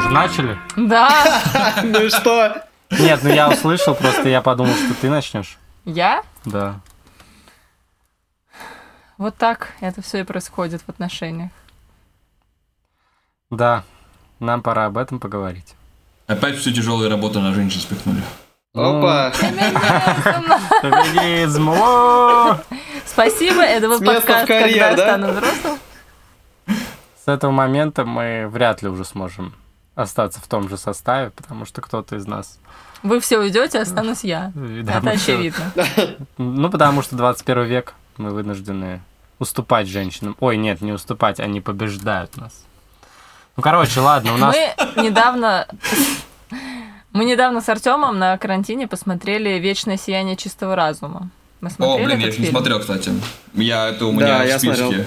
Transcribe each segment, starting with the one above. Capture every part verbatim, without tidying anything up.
уже начали? Да. Ну и что? Нет, ну я услышал, просто я подумал, что ты начнешь. Я? Да. Вот так это все и происходит в отношениях. Да, нам пора об этом поговорить. Опять всю тяжелую работу на женщин спихнули. Опа. Феминизм! О! Спасибо, это был С места в подкаст карьер, «Когда да? стану взрослым». С этого момента мы вряд ли уже сможем остаться в том же составе, потому что кто-то из нас... Вы все уйдете, останусь я. Да, Это мы всё- очевидно. Ну, потому что двадцать первый век, мы вынуждены уступать женщинам. Ой, нет, не уступать, они побеждают нас. Ну, короче, ладно, у нас... Мы недавно... Мы недавно с Артемом на карантине посмотрели «Вечное сияние чистого разума». Мы О, смотрели блин, я этот еще не фильм? смотрел, кстати. Я это у Да, меня я в списке. смотрел.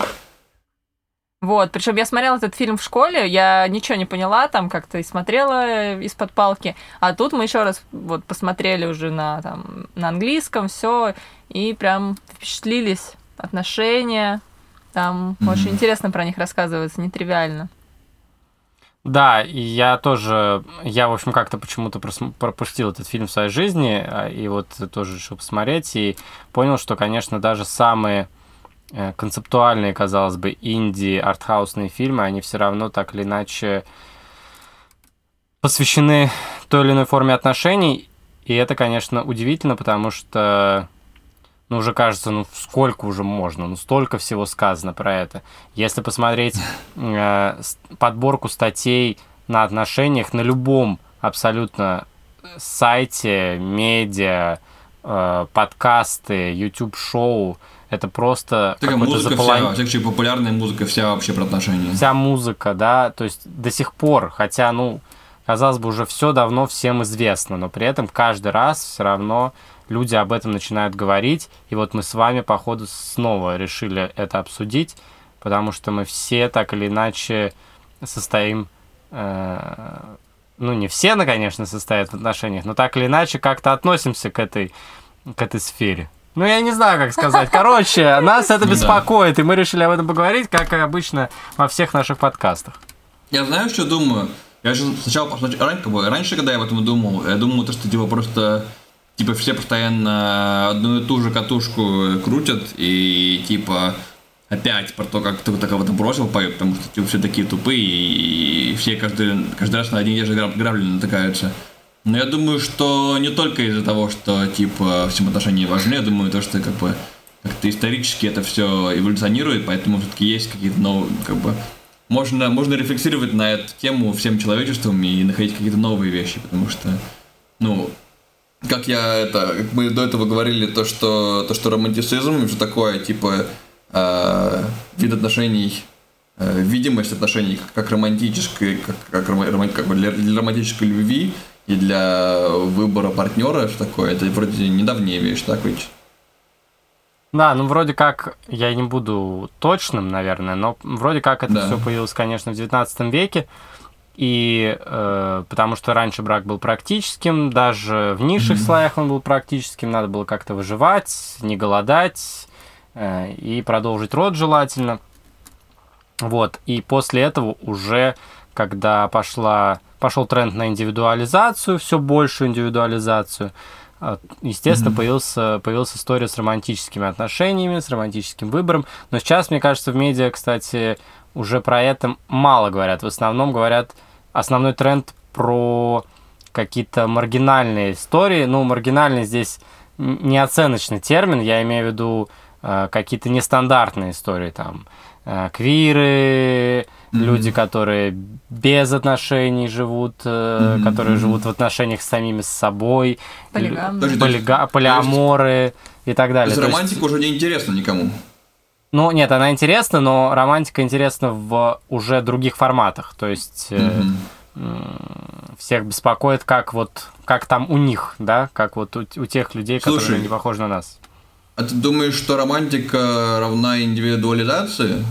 Вот, причем я смотрела этот фильм в школе, я ничего не поняла, там как-то и смотрела из-под палки, а тут мы еще раз вот посмотрели уже на, там, на английском, все, и прям впечатлились отношения, там Мгм. очень интересно про них рассказывается, нетривиально. Да, и я тоже, я, в общем, как-то почему-то прос- пропустил этот фильм в своей жизни, а, и вот тоже решил посмотреть, и понял, что, конечно, даже самые э, концептуальные, казалось бы, инди, артхаусные фильмы, они все равно так или иначе посвящены той или иной форме отношений, и это, конечно, удивительно, потому что, ну, уже кажется, ну, сколько уже можно, ну, столько всего сказано про это. Если посмотреть э, с- подборку статей на отношениях на любом абсолютно сайте, медиа, э, подкасты, YouTube-шоу, это просто Такая какой-то музыка заполон- вся, всякая популярная музыка, вся вообще про отношения. вся музыка, да, то есть до сих пор, хотя, ну, казалось бы, уже все давно всем известно, но при этом каждый раз все равно люди об этом начинают говорить, и вот мы с вами, походу, снова решили это обсудить, потому что мы все так или иначе состоим, э, ну, не все, ну, конечно, состоят в отношениях, но так или иначе как-то относимся к этой, к этой сфере. Ну, я не знаю, как сказать. Короче, нас это Ну да. беспокоит, и мы решили об этом поговорить, как и обычно во всех наших подкастах. Я знаю, что думаю. Я же сначала посмотрел, раньше, как бы, раньше, когда я об этом думал, я думал, то, что типа просто типа все постоянно одну и ту же катушку крутят, и типа опять про то, как кто-то кого-то бросил, поет, потому что типа все такие тупые, и все каждый, каждый раз на одни и те же граб- грабли натыкаются. Но я думаю, что не только из-за того, что типа всем отношения важны, я думаю, то, что как бы как-то исторически это все эволюционирует, поэтому все-таки есть какие-то новые, как бы можно, можно рефлексировать на эту тему всем человечеством и находить какие-то новые вещи, потому что, ну, как я это, как мы до этого говорили, то, что, то, что романтицизм уже такое, типа, э, вид отношений, э, видимость отношений как, как романтической, как, как, рома- как бы для, для романтической любви и для выбора партнера, что такое, это вроде недавняя вещь, так ведь? Да, ну вроде как, я не буду точным, наверное, но вроде как это Да. все появилось, конечно, в девятнадцатом веке, и э, потому что раньше брак был практическим, даже в низших Мгм. слоях он был практическим, надо было как-то выживать, не голодать э, и продолжить род желательно. Вот, и после этого уже, когда пошла, пошел тренд на индивидуализацию, все большую индивидуализацию, а, естественно, Мгм. появился, появилась история с романтическими отношениями, с романтическим выбором. Но сейчас, мне кажется, в медиа, кстати, уже про это мало говорят. В основном говорят, основной тренд про какие-то маргинальные истории. Ну, маргинальный здесь н- не оценочный термин, я имею в виду э, какие-то нестандартные истории, там, э, квиры, Мгм. люди, которые без отношений живут, э, Мгм, которые мгм. живут в отношениях с самими с собой, Полигамные. Подожди, то есть- полига- полиаморы и так То далее. есть То есть, романтика уже не интересна никому. ну, нет, она интересна, но романтика интересна в уже других форматах. То есть э, Мгм. м, всех беспокоит, как вот как там у них, да, как вот у, у тех людей, Слушай, которые не похожи на нас. А ты думаешь, что романтика равна индивидуализации?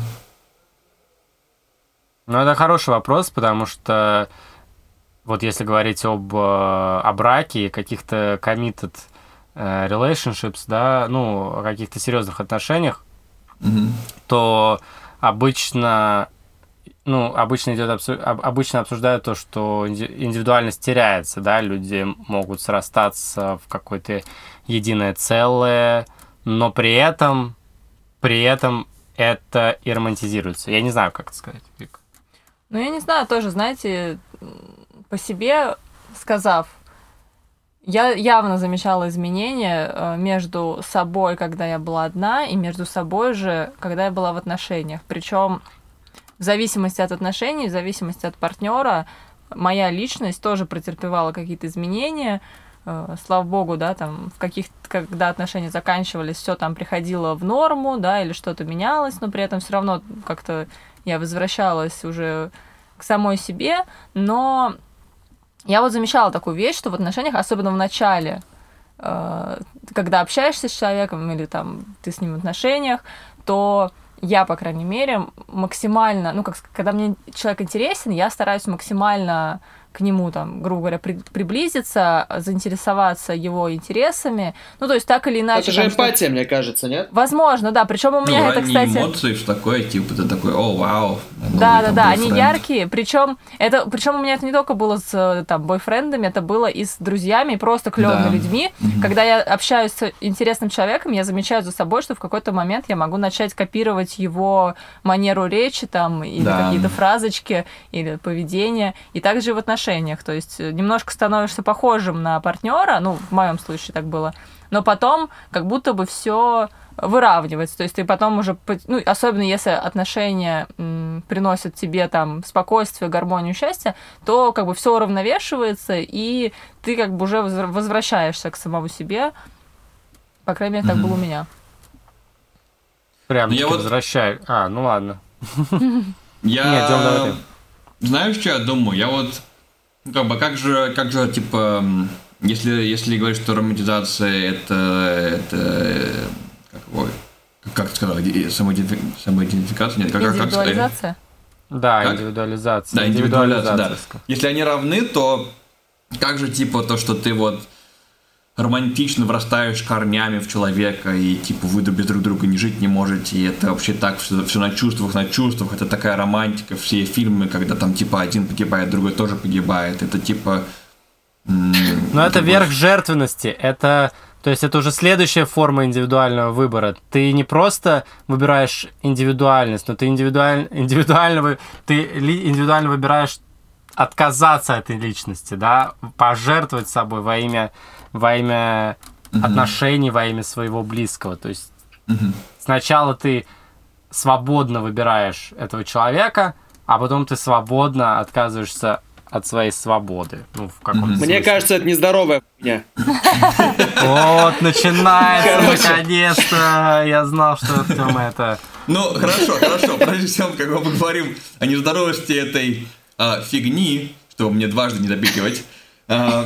Ну, это хороший вопрос, потому что вот если говорить об, э, о браке и каких-то committed э, relationships, да, ну, о каких-то серьезных отношениях, Мгм. то обычно ну, обычно идет обсу... обычно обсуждают то, что индивидуальность теряется, да, люди могут срастаться в какое-то единое целое, но при этом, при этом это и романтизируется. Я не знаю, как это сказать, Вик. Ну, я не знаю, тоже, знаете, по себе сказав, я явно замечала изменения между собой, когда я была одна, и между собой же, когда я была в отношениях. Причем в зависимости от отношений, в зависимости от партнера, моя личность тоже претерпевала какие-то изменения. Слава богу, да, там, в каких когда отношения заканчивались, все там приходило в норму, да, или что-то менялось, но при этом все равно как-то я возвращалась уже к самой себе, но я вот замечала такую вещь, что в отношениях, особенно в начале, когда общаешься с человеком или там ты с ним в отношениях, то я, по крайней мере, максимально, ну, как когда мне человек интересен, я стараюсь максимально к нему, там, грубо говоря, при, приблизиться, заинтересоваться его интересами. Ну, то есть так или иначе... Это же там, эмпатия, что... мне кажется, нет? Возможно, да. Причем у меня ну, это, они кстати... эмоции, что такое, типа, ты такой, о, вау. Да, да, да, они яркие. Причем это, причем у меня это не только было с там бойфрендами, это было и с друзьями, и просто клевыми да. людьми. Mm-hmm. Когда я общаюсь с интересным человеком, я замечаю за собой, что в какой-то момент я могу начать копировать его манеру речи, там, или да. какие-то фразочки, или поведение. И также и в отношениях. То есть немножко становишься похожим на партнера, ну, в моем случае так было, но потом как будто бы все выравнивается, то есть ты потом уже, ну, особенно если отношения м, приносят тебе там спокойствие, гармонию, счастье, то как бы все уравновешивается, и ты как бы уже возвращаешься к самому себе, по крайней мере, так mm-hmm. было у меня. Прям я вот... возвращаю. А, ну ладно. Я... Нет, Дём, давай ты. Знаешь, что я думаю? Я вот как бы, как же, как же, типа, если, если говорить, что романтизация это, это, как, ой, как ты сказал, самоидентификация, самоидентификация, нет, как, индивидуализация? Как, да, как? индивидуализация. Да, индивидуализация, да. Если они равны, то как же, типа, то, что ты вот романтично врастаешь корнями в человека, и, типа, вы без друг друга не жить не можете, и это вообще так, все, все на чувствах, на чувствах, это такая романтика, все фильмы, когда там, типа, один погибает, другой тоже погибает, это, типа... М- Но это верх жертвенности, это... То есть это уже следующая форма индивидуального выбора. Ты не просто выбираешь индивидуальность, но ты индивидуаль... индивидуально... ты индивидуально выбираешь отказаться от этой личности, да, пожертвовать собой во имя, во имя mm-hmm. отношений, во имя своего близкого. То есть mm-hmm. сначала ты свободно выбираешь этого человека, а потом ты свободно отказываешься от своей свободы. Ну, в каком-то Мне смысле. кажется, это нездоровая хуйня. Вот, начинается, наконец-то. Я знал, что Артём это... Ну, хорошо, хорошо. Прежде всего, как мы поговорим о нездоровости этой а, фигни, чтобы мне дважды не допикивать. А,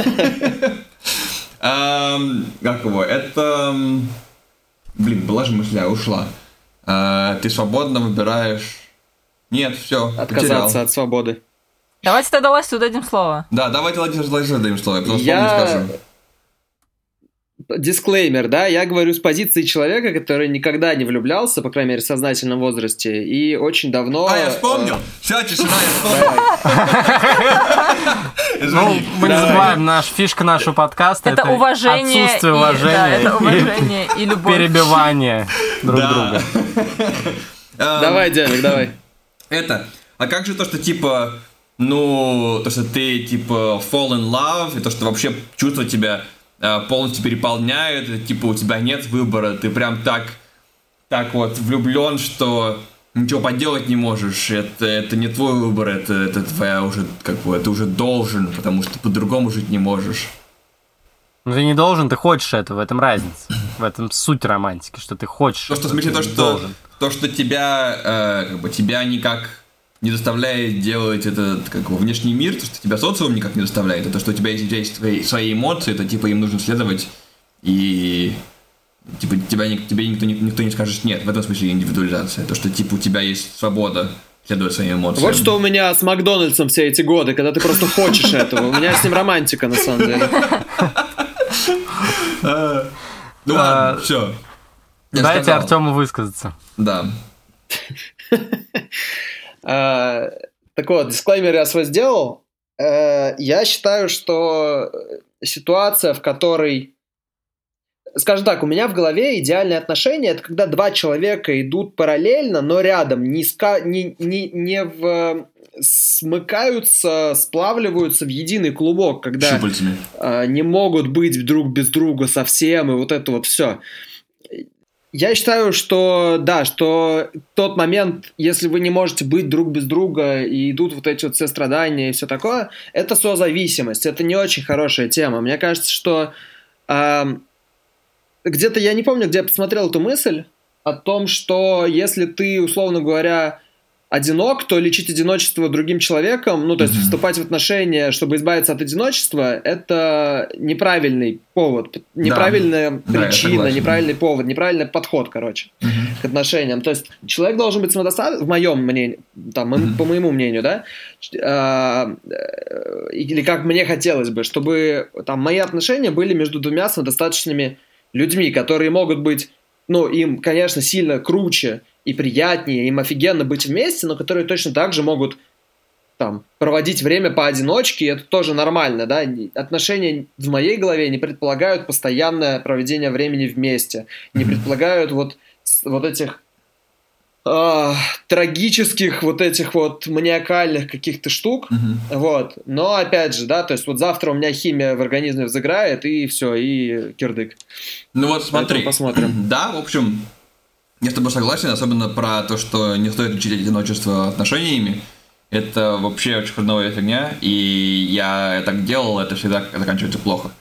а, как его? Это... Блин, была же мысля, ушла. А, ты свободно выбираешь... Нет, все, отказаться потерял. от свободы. Давайте тогда Ласю дадим слово. Да, давайте Ласе дадим слово, я просто я... не скажу. Дисклеймер, да, я говорю с позиции человека, который никогда не влюблялся, по крайней мере, в сознательном возрасте, и очень давно... А, я вспомнил! Все, тишина, я вспомнил! Ну, мы не забываем, наш, фишка нашего подкаста — это уважение, отсутствие и, уважения, да, это уважение и, и любовь. Перебивание друг да. друга. Давай, Демик, давай. Это, а как же то, что типа, ну, то, что ты типа fall in love, и то, что вообще чувства тебя э, полностью переполняют, и, типа у тебя нет выбора, ты прям так, так вот влюблен, что ничего поделать не можешь, это, это не твой выбор, это, это твоя уже, как бы, ты уже должен, потому что по-другому жить не можешь. Ну ты не должен, ты хочешь этого, в этом разница. В этом суть романтики, что ты хочешь. То, что, в смысле, то, что, то, что тебя, э, как бы, тебя никак не заставляет делать этот, как бы, внешний мир, то, что тебя социум никак не заставляет, это то, что у тебя есть, у тебя есть свои, свои эмоции, это, типа, им нужно следовать, и, типа, тебя, тебе никто, никто не скажет нет, в этом смысле индивидуализация, то, что, типа, у тебя есть свобода следовать своим эмоциям. Вот что у меня с Макдональдсом все эти годы, когда ты просто хочешь этого, у меня с ним романтика, на самом деле. Ну ладно, все. Дайте Артему высказаться. Да. Так вот, дисклеймер я свой сделал. Я считаю, что ситуация, в которой... Скажем так, у меня в голове идеальные отношения — это когда два человека идут параллельно, но рядом, не, ска... не, не, не в... смыкаются, сплавливаются в единый клубок, когда э, не могут быть друг без друга совсем, и вот это вот все. Я считаю, что да, что тот момент, если вы не можете быть друг без друга, и идут вот эти вот все страдания и все такое, это созависимость, это не очень хорошая тема. Мне кажется, что э, где-то, я не помню, где я посмотрел эту мысль о том, что если ты, условно говоря, одинок, то лечить одиночество другим человеком, ну, то есть mm-hmm. вступать в отношения, чтобы избавиться от одиночества, это неправильный повод, неправильная да. причина, да, неправильный повод, неправильный подход, короче, mm-hmm. к отношениям. То есть человек должен быть самодостаточным, в моем мнении, там, mm-hmm. по моему мнению, да, или как мне хотелось бы, чтобы там мои отношения были между двумя самодостаточными людьми, которые могут быть, ну, им, конечно, сильно круче и приятнее, им офигенно быть вместе, но которые точно так же могут там проводить время поодиночке, и это тоже нормально, да, отношения в моей голове не предполагают постоянное проведение времени вместе, не предполагают вот, вот этих э, трагических, вот этих вот маниакальных каких-то штук, mm-hmm. вот, но опять же, да, то есть вот завтра у меня химия в организме взыграет, и все, и кирдык. Ну вот смотри, посмотрим. Да, в общем... Я с тобой согласен, особенно про то, что не стоит лечить одиночество отношениями. Это вообще очень хреновая фигня, и я так делал, это всегда заканчивается плохо.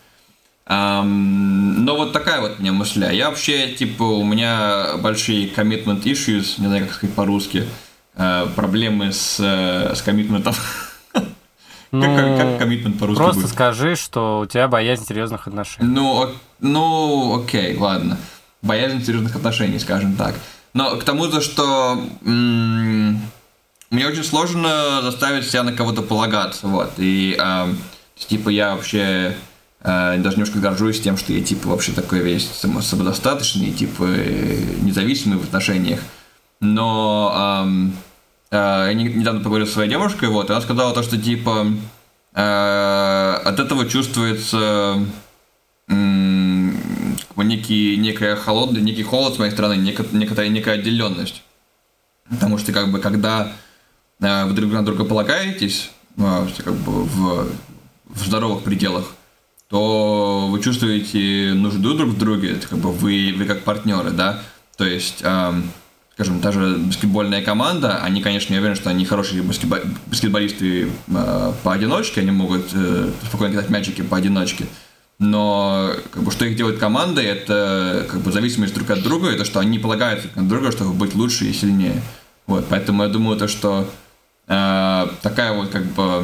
Um, но вот такая вот у меня мысль. Я вообще, типа, у меня большие commitment issues, не знаю, как сказать по-русски, uh, проблемы с, uh, с коммитментом. Ну, как, как коммитмент по-русски просто будет? Скажи, что у тебя боязнь серьезных отношений. Ну, ну окей, ладно. Боязнь серьезных отношений, скажем так. Но к тому, что м- мне очень сложно заставить себя на кого-то полагаться, вот. И э, типа я вообще э, даже немножко горжусь тем, что я типа вообще такой весь самодостаточный, типа независимый в отношениях. Но э, э, я недавно поговорил со своей девушкой, вот, и она сказала то, что типа э, от этого чувствуется м- некий, некая холодная, некий холод с моей стороны, некая, некая отделенность. Потому что, как бы, когда э, вы друг на друга полагаетесь, э, как бы в, в здоровых пределах, то вы чувствуете нужду друг в друге, это, как бы, вы, вы как партнеры, да. То есть, э, скажем, та же баскетбольная команда, они, конечно, я уверен, что они хорошие баскетбол, баскетболисты э, поодиночке, они могут э, спокойно кидать мячики поодиночке. Но как бы, что их делает командой, это как бы зависимость друг от друга, это что они полагаются друг на друга, чтобы быть лучше и сильнее. Вот, поэтому я думаю, то, что э, такая вот как бы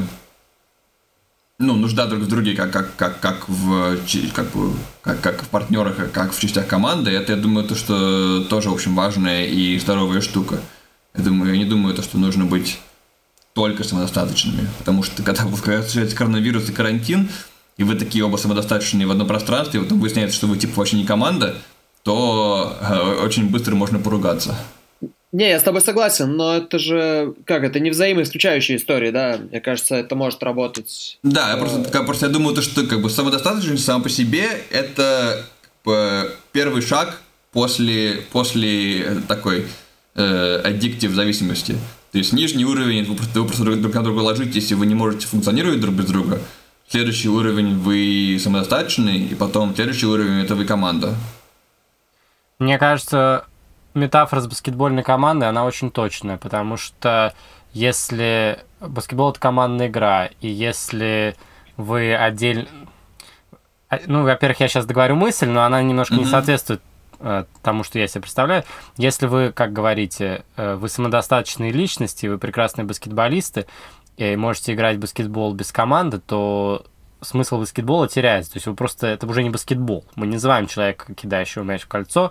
ну, нужда друг в друге, как, как, как, как, в, как, бы, как, как в партнерах, как в частях команды, это, я думаю, то, что тоже, в общем, важная и здоровая штука. Я думаю, я не думаю, то, что нужно быть только самодостаточными, потому что когда случается коронавирус и карантин, и вы такие оба самодостаточные в одном пространстве, и потом выясняется, что вы типа вообще не команда, то э, очень быстро можно поругаться. Не, я с тобой согласен, но это же, как, это не взаимоисключающая история, да? Мне кажется, это может работать. Да, я просто, как, просто я думаю, то, что как бы самодостаточность сама по себе это как бы, первый шаг после, после такой э, аддиктив зависимости. То есть нижний уровень, вы просто, вы просто друг на друга ложитесь, и вы не можете функционировать друг без друга. Следующий уровень вы самодостаточный, и потом следующий уровень это вы команда. Мне кажется, метафора с баскетбольной командой, она очень точная, потому что если баскетбол — это командная игра, и если вы отдельно... Ну, во-первых, я сейчас договорю мысль, но она немножко mm-hmm. не соответствует э, тому, что я себе представляю. Если вы, как говорите, э, вы самодостаточные личности, вы прекрасные баскетболисты, и можете играть в баскетбол без команды, то смысл баскетбола теряется. То есть вы просто... Это уже не баскетбол. Мы не называем человека, кидающего мяч в кольцо,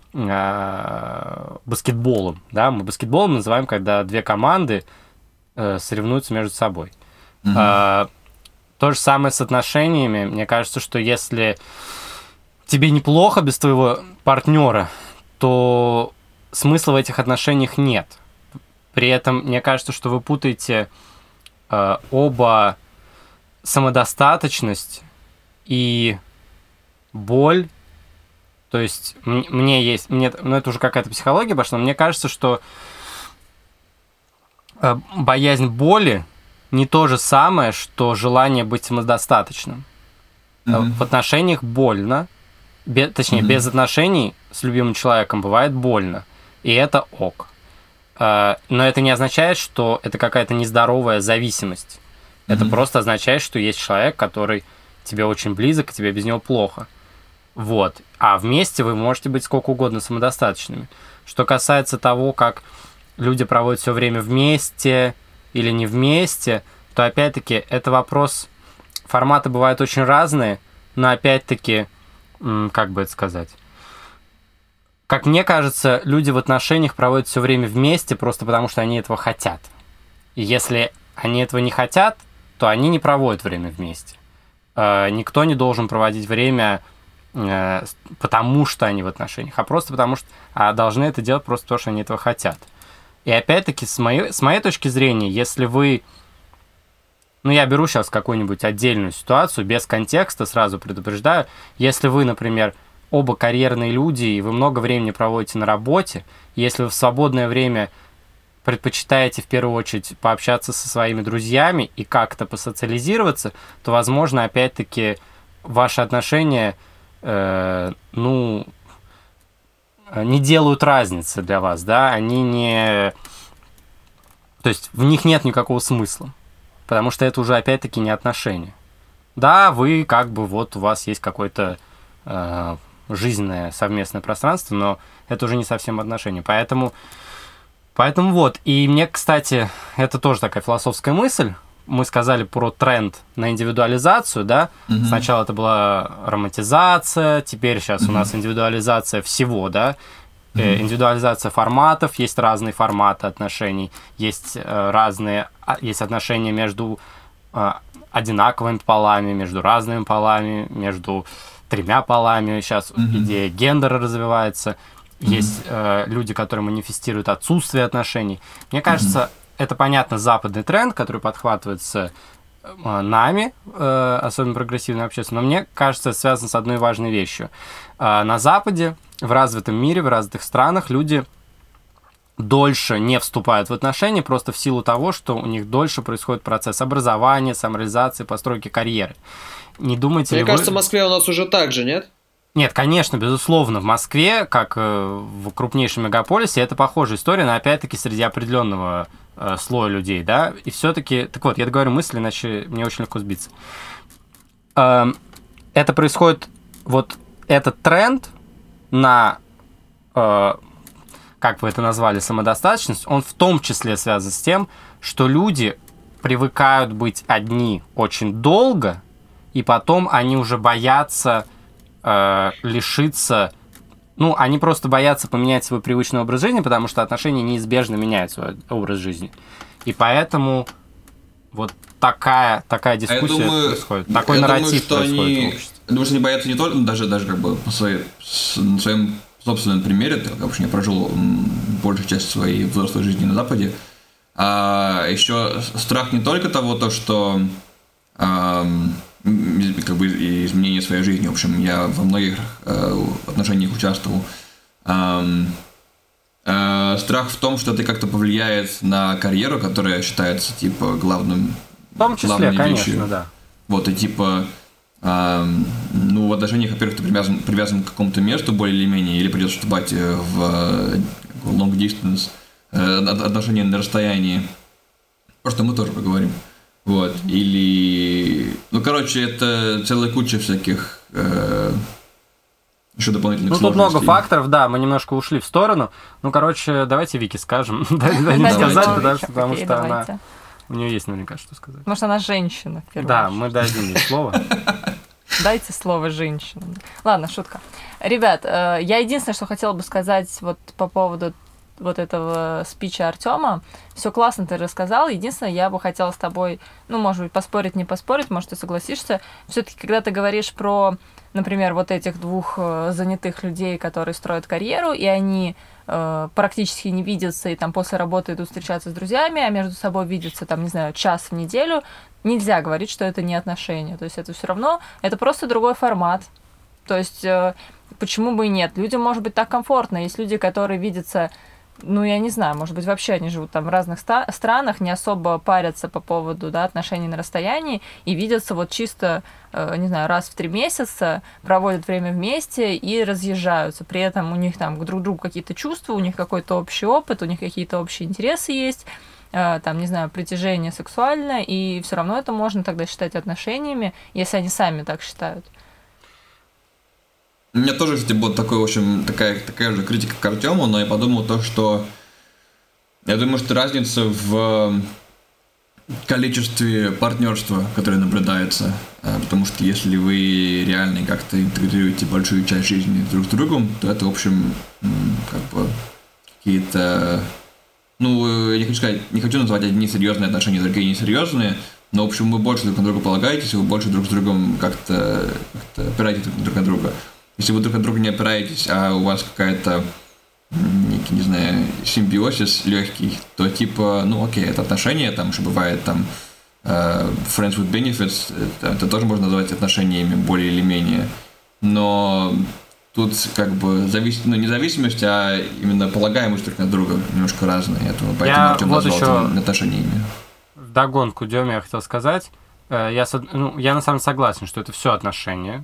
баскетболом, да, мы баскетболом называем, когда две команды э, соревнуются между собой. Mm-hmm. А, то же самое с отношениями. Мне кажется, что если тебе неплохо без твоего партнера, то смысла в этих отношениях нет. При этом, мне кажется, что вы путаете э, оба самодостаточность и боль. То есть м- мне есть... Мне, ну, это уже какая-то психология пошла, но мне кажется, что э, боязнь боли не то же самое, что желание быть самодостаточным. Mm-hmm. В отношениях больно, без, точнее, mm-hmm. без отношений с любимым человеком бывает больно, и это ок. Но это не означает, что это какая-то нездоровая зависимость. Mm-hmm. Это просто означает, что есть человек, который тебе очень близок, и тебе без него плохо. Вот. А вместе вы можете быть сколько угодно самодостаточными. Что касается того, как люди проводят все время вместе или не вместе, то опять-таки это вопрос... Форматы бывают очень разные, но опять-таки, как бы это сказать... Как мне кажется, люди в отношениях проводят все время вместе просто потому, что они этого хотят. И если они этого не хотят, то они не проводят время вместе. Э, никто не должен проводить время э, потому, что они в отношениях, а просто потому, что а должны это делать просто потому, что они этого хотят. И опять-таки, с моей, с моей точки зрения, если вы... Ну, я беру сейчас какую-нибудь отдельную ситуацию, без контекста, сразу предупреждаю. Если вы, например... оба карьерные люди, и вы много времени проводите на работе, если вы в свободное время предпочитаете в первую очередь пообщаться со своими друзьями и как-то посоциализироваться, то, возможно, опять-таки, ваши отношения, э, ну, не делают разницы для вас, да, они не... То есть в них нет никакого смысла, потому что это уже, опять-таки, не отношения. Да, вы как бы, вот у вас есть какой-то... Э, жизненное совместное пространство, но это уже не совсем отношения. Поэтому, поэтому вот. И мне, кстати, это тоже такая философская мысль. Мы сказали про тренд на индивидуализацию, да? Mm-hmm. Сначала это была романтизация, теперь сейчас mm-hmm. у нас индивидуализация всего, да? Mm-hmm. Индивидуализация форматов, есть разные форматы отношений, есть разные, есть отношения между одинаковыми полами, между разными полами, между тремя полами. Сейчас mm-hmm. идея гендера развивается. Mm-hmm. Есть э, люди, которые манифестируют отсутствие отношений. Мне кажется, mm-hmm. это, понятно, западный тренд, который подхватывается э, нами, э, особенно прогрессивной общественностью, но мне кажется, это связано с одной важной вещью. Э, на Западе, в развитом мире, в развитых странах люди дольше не вступают в отношения просто в силу того, что у них дольше происходит процесс образования, самореализации, постройки карьеры. Не думаете Мне ли кажется, вы... в Москве у нас уже так же, нет? Нет, конечно, безусловно, в Москве, как в крупнейшем мегаполисе, это похожая история, но опять-таки среди определенного э, слоя людей, да, и все-таки, так вот, я договорю мысли, иначе мне очень легко сбиться. Э, это происходит, вот этот тренд на, э, как вы это назвали, самодостаточность, он в том числе связан с тем, что люди привыкают быть одни очень долго, и потом они уже боятся э, лишиться... Ну, они просто боятся поменять свой привычный образ жизни, потому что отношения неизбежно меняют свой образ жизни. И поэтому вот такая, такая дискуссия а думаю, происходит. Такой я нарратив думаю, происходит они, в обществе. Я думаю, что они боятся не только, даже, даже как бы по своей, на своем собственном примере, так как я прожил большую часть своей взрослой жизни на Западе, а еще страх не только того, то, что... А, как бы изменение своей жизни. В общем, я во многих э, отношениях участвовал. Эм, э, страх в том, что это как-то повлияет на карьеру, которая считается, типа, главным... В том числе, конечно, вещью. Да. Вот, и типа... Эм, ну, в отношениях, во-первых, ты привязан, привязан к какому-то месту более или менее, или придется вступать в long distance, э, отношения на расстоянии. Просто мы тоже поговорим. Вот, или... Ну, короче, это целая куча всяких э, еще дополнительных ну, сложностей. Ну, тут много факторов, да, мы немножко ушли в сторону. Ну, короче, давайте Вике скажем. Дадим сказать, потому что она... У нее есть наверняка что сказать. Может, она женщина, в первую Да, очередь. мы дадим ей слово. Дайте слово женщинам. Ладно, шутка. Ребят, я единственное, что хотела бы сказать вот по поводу вот этого спича Артёма. Все классно ты рассказал. Единственное, я бы хотела с тобой, ну, может быть, поспорить, не поспорить, может, ты согласишься. Все-таки, когда ты говоришь про, например, вот этих двух занятых людей, которые строят карьеру, и они э, практически не видятся и там после работы идут встречаться с друзьями, а между собой видятся там, не знаю, час в неделю, нельзя говорить, что это не отношения. То есть это все равно, это просто другой формат. То есть э, почему бы и нет? Людям может быть так комфортно. Есть люди, которые видятся, ну, я не знаю, может быть, вообще они живут там в разных ста- странах, не особо парятся по поводу, да, отношений на расстоянии и видятся вот чисто, э, не знаю, раз в три месяца, проводят время вместе и разъезжаются. При этом у них там друг к другу какие-то чувства, у них какой-то общий опыт, у них какие-то общие интересы есть, э, там, не знаю, притяжение сексуальное, и все равно это можно тогда считать отношениями, если они сами так считают. У меня тоже, кстати, была такой, в общем, такая, такая же критика к Артему, но я подумал то, что я думаю, что разница в количестве партнерства, которое наблюдается, потому что если вы реально как-то интегрируете большую часть жизни друг с другом, то это, в общем, как бы какие-то, ну, я хочу сказать, не хочу называть одни серьезные отношения, другие несерьезные, но, в общем, вы больше друг на друга полагаетесь, и вы больше друг с другом как-то, как-то опираетесь друг на друга. Если вы друг от друга не опираетесь, а у вас какая-то, некий, не знаю, симбиозис легкий, то типа, ну окей, это отношения, там еще бывает там uh, friends with benefits, это, это тоже можно назвать отношениями более или менее, но тут как бы завис... ну, не зависимость, а именно полагаемость друг на друга немножко разные, поэтому я Артем вот назвал еще это отношениями. Вдогонку Деме я хотел сказать, я, ну, я на самом деле согласен, что это все отношения.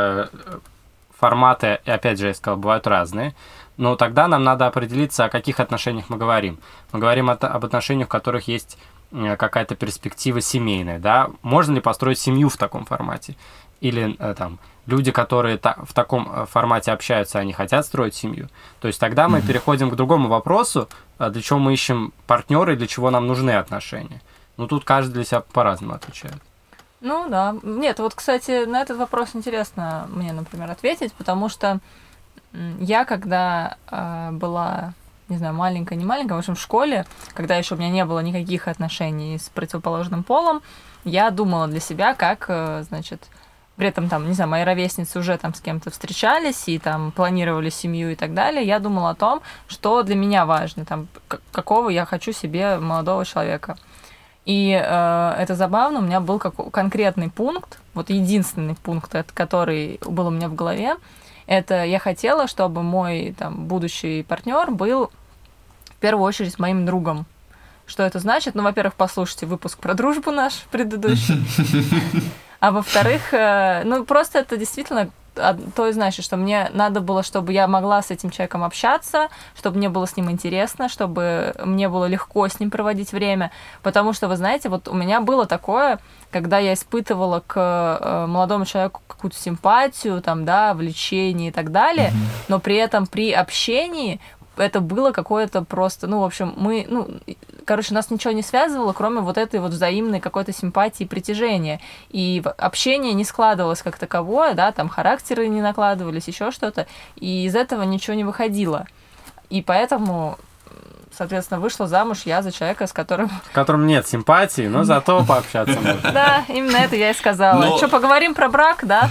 Форматы, и опять же, я сказал, бывают разные. Но тогда нам надо определиться, о каких отношениях мы говорим. Мы говорим о, об отношениях, в которых есть какая-то перспектива семейная, да? Можно ли построить семью в таком формате? Или там люди, которые та, в таком формате общаются, они хотят строить семью? То есть тогда мы mm-hmm. переходим к другому вопросу, для чего мы ищем партнера и для чего нам нужны отношения. Ну, тут каждый для себя по-разному отвечает. Ну да. Нет, вот, кстати, на этот вопрос интересно мне, например, ответить, потому что я, когда э, была, не знаю, маленькая, не маленькая, в общем, в школе, когда еще у меня не было никаких отношений с противоположным полом, я думала для себя, как, э, значит, при этом там, не знаю, мои ровесницы уже там с кем-то встречались и там планировали семью и так далее, я думала о том, что для меня важно, там, к- какого я хочу себе молодого человека. И э, это забавно, у меня был как- конкретный пункт, вот единственный пункт, который был у меня в голове, это я хотела, чтобы мой там, будущий партнер был в первую очередь моим другом. Что это значит? Ну, во-первых, послушайте выпуск про дружбу наш предыдущий. А во-вторых, э, ну, просто это действительно то и значит, что мне надо было, чтобы я могла с этим человеком общаться, чтобы мне было с ним интересно, чтобы мне было легко с ним проводить время. Потому что, вы знаете, вот у меня было такое, когда я испытывала к э, молодому человеку какую-то симпатию, там, да, влечение и так далее, mm-hmm. но при этом при общении это было какое-то просто, ну, в общем, мы, ну, короче, нас ничего не связывало, кроме вот этой вот взаимной какой-то симпатии и притяжения. И общение не складывалось как таковое, да, там характеры не накладывались, еще что-то, и из этого ничего не выходило. И поэтому, соответственно, вышла замуж я за человека, с которым... С которым нет симпатии, но зато пообщаться можно. Да, именно это я и сказала. Но... Что, поговорим про брак, да?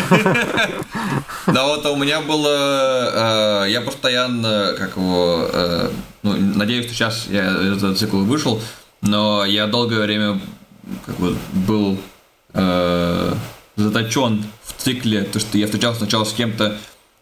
Да, вот у меня было... Я постоянно, как его... Ну, надеюсь, что сейчас я этот цикл вышел, но я долгое время как бы был заточен в цикле, то, что я встречался сначала с кем-то,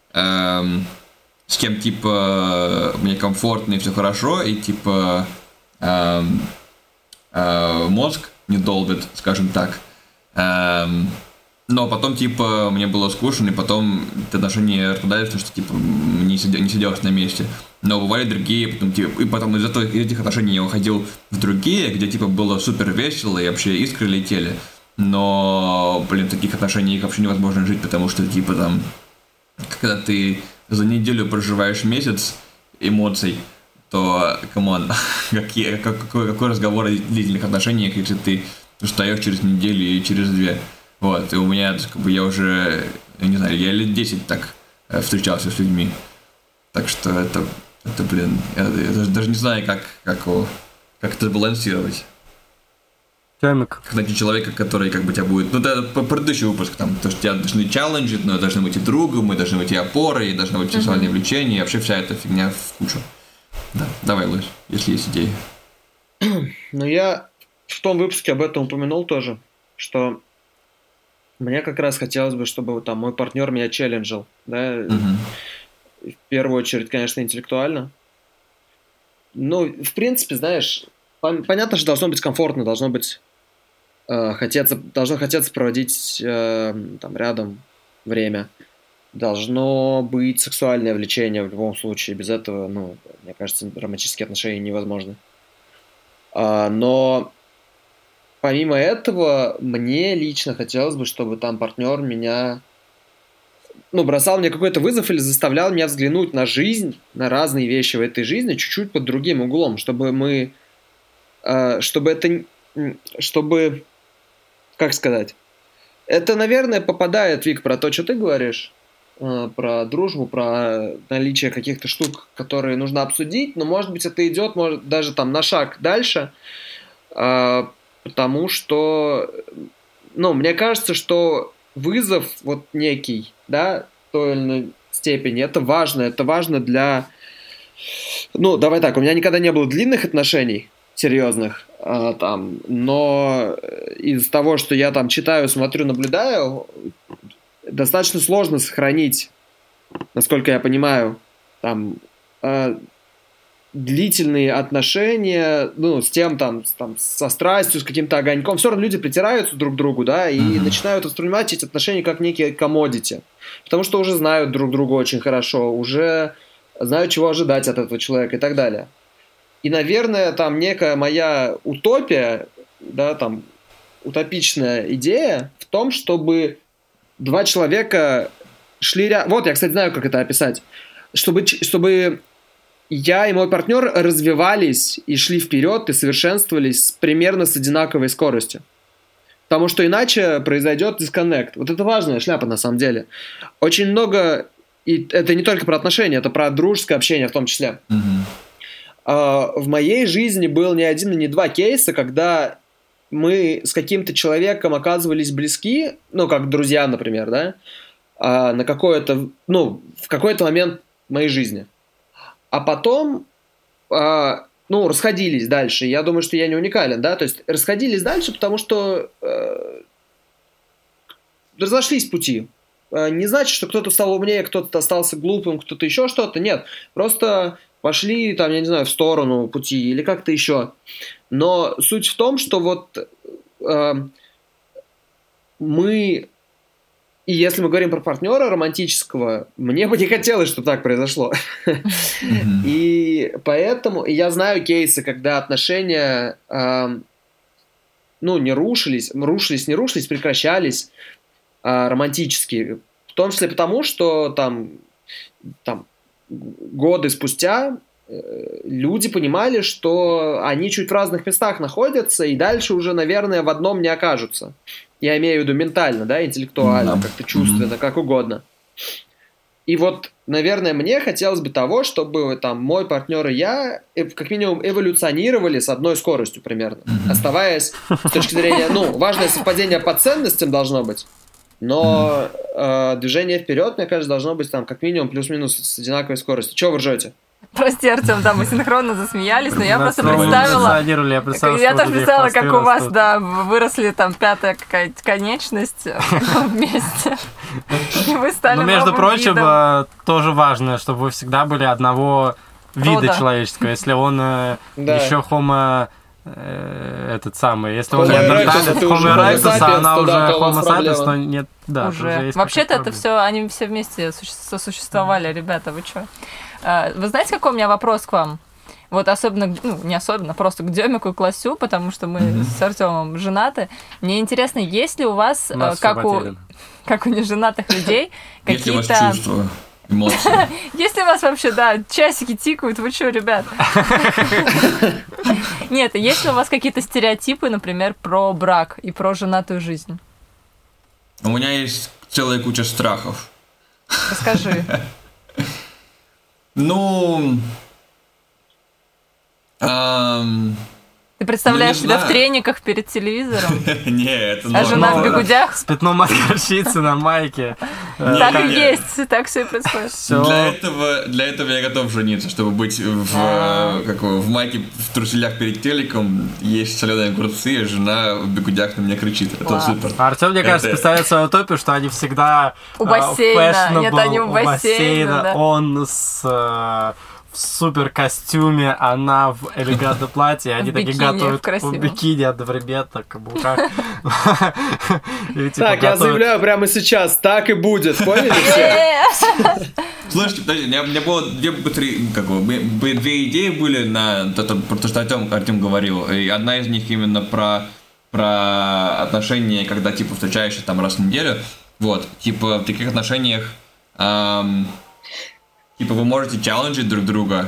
с кем, типа, мне комфортно и все хорошо, и, типа, эм, э, мозг не долбит, скажем так. Эм, но потом, типа, мне было скучно, и потом отношения распадались, потому что, типа, не, сидел, не сиделось на месте. Но бывали другие, потом, типа, и потом из, этого, из этих отношений я уходил в другие, где, типа, было супер весело, и вообще искры летели. Но, блин, в таких отношениях вообще невозможно жить, потому что, типа, там, когда ты за неделю проживаешь месяц эмоций, то, камон, какие, какой, какой разговор о длительных отношениях, если ты устаешь через неделю и через две. Вот, и у меня, как бы, я уже, я не знаю, я лет десять так встречался с людьми. Так что это, это блин, я, я даже, даже не знаю, как, как, его, как это балансировать. Тёмик. Найти человека, который как бы тебя будет... Ну, это предыдущий выпуск, там, то, что тебя должны челленджить, но должны быть и другом, мы должны быть и опорой, и должны быть сексуальные влечения, и вообще вся эта фигня в кучу. Да, давай, Леш, если есть идеи. Ну, я в том выпуске об этом упомянул тоже, что мне как раз хотелось бы, чтобы там мой партнер меня челленджил, да, угу. В первую очередь, конечно, интеллектуально. Ну, в принципе, знаешь, понятно, что должно быть комфортно, должно быть э, хотеться, должно хотеться проводить э, там рядом время, должно быть сексуальное влечение в любом случае, без этого, ну, мне кажется, романтические отношения невозможны. А, но помимо этого, мне лично хотелось бы, чтобы там партнер меня, ну, бросал мне какой-то вызов или заставлял меня взглянуть на жизнь, на разные вещи в этой жизни чуть-чуть под другим углом, чтобы мы, э, чтобы это, чтобы, как сказать, это, наверное, попадает, Вик, про то, что ты говоришь, э, про дружбу, про наличие каких-то штук, которые нужно обсудить, но, может быть, это идет, может, даже там на шаг дальше, э, потому что, ну, мне кажется, что вызов вот некий, да, в той или иной степени, это важно, это важно для... Ну, давай так, у меня никогда не было длинных отношений, серьезных, а, там, но из того, что я там читаю, смотрю, наблюдаю, достаточно сложно сохранить, насколько я понимаю, там, а, длительные отношения, ну, с тем, там, с, там, со страстью, с каким-то огоньком. Все равно люди притираются друг к другу, да, и mm-hmm. начинают воспринимать эти отношения как некие коммодити. Потому что уже знают друг друга очень хорошо, уже знают, чего ожидать от этого человека и так далее. И, наверное, там некая моя утопия, да, там, утопичная идея в том, чтобы два человека шли рядом. Вот, я, кстати, знаю, как это описать. Чтобы... чтобы я и мой партнер развивались и шли вперед и совершенствовались примерно с одинаковой скоростью. Потому что иначе произойдет дисконнект. Вот это важная шляпа на самом деле. Очень много, и это не только про отношения, это про дружеское общение в том числе. Mm-hmm. В моей жизни был не один и не два кейса, когда мы с каким-то человеком оказывались близки, ну, как друзья, например, да, на какое-то, ну, в какой-то момент моей жизни. А потом, э, ну, расходились дальше. Я думаю, что я не уникален, да, то есть расходились дальше, потому что э, разошлись пути. Э, не значит, что кто-то стал умнее, кто-то остался глупым, кто-то еще что-то. Нет, просто пошли, там, я не знаю, в сторону пути или как-то еще. Но суть в том, что вот э, мы... И если мы говорим про партнера романтического, мне бы не хотелось, чтобы так произошло. Mm-hmm. И поэтому и я знаю кейсы, когда отношения э, ну, не рушились, рушились, не рушились, прекращались э, романтические. В том числе потому, что там, там годы спустя э, люди понимали, что они чуть в разных местах находятся, и дальше уже, наверное, в одном не окажутся. Я имею в виду ментально, да, интеллектуально, mm-hmm. как-то чувственно, mm-hmm. как угодно. И вот, наверное, мне хотелось бы того, чтобы там мой партнер и я как минимум эволюционировали с одной скоростью примерно, mm-hmm. оставаясь с точки зрения, ну, важное совпадение по ценностям должно быть, но mm-hmm. э, движение вперед, мне кажется, должно быть там как минимум плюс-минус с одинаковой скоростью. Чего вы ржете? Прости, Артем, да, мы синхронно засмеялись, но я просто представила... Я, представила, я тоже представила, как у вас, да, выросли там пятая какая-то конечность вместе. И вы стали Но, между прочим, видом. Тоже важно, чтобы вы всегда были одного вида Рода. Человеческого. Если он да. еще хомо... этот самый, если он неандерталец, хомо эректус, а она уже хомо сапиенс, то нет, да. Уже. Вообще-то это все, они все вместе сосуществовали, ребята, вы что? Вы знаете, какой у меня вопрос к вам? Вот особенно, ну, не особенно, просто к Демику и к Лосю, потому что мы mm-hmm. с Артемом женаты. Мне интересно, есть ли у вас, у как у, как у неженатых людей, какие-то... Есть ли у вас чувства, эмоции? Есть ли у вас вообще, да, часики тикают, вы что, ребят? Нет, есть ли у вас какие-то стереотипы, например, про брак и про женатую жизнь? У меня есть целая куча страхов. Расскажи. Ну, эм, Ты представляешь Ну, не себя знаю. в трениках перед телевизором? Не, это А жена в Ну, бигудях? С пятном от горчицы на майке. Э, Так и не. есть, так все и происходит. Всё. Для этого, для этого я готов жениться, чтобы быть в, А. э, как его, в майке, в труселях перед телеком, есть соленые огурцы, и жена в бигудях на меня кричит. Это Класс. супер. А Артем, мне кажется, Это- представляет свою утопию, что они всегда У э, бассейна. Нет, fashionable, они у бассейна, да. Он с э, в супер костюме, она в элегантном платье, они В такие бикини, в готовят красивом. в бикини одновременно, каблуках. И, типа, Так, я готовят- заявляю прямо сейчас, так и будет, поняли все? Слушайте, подожди, у меня, у меня было две, три, как бы, бы- бы- две идеи были на то, то, про то, что Артем, Артем говорил. И одна из них именно про, про отношения, когда типа встречаешься там раз в неделю. Вот, типа в таких отношениях ам, типа вы можете челленджить друг друга.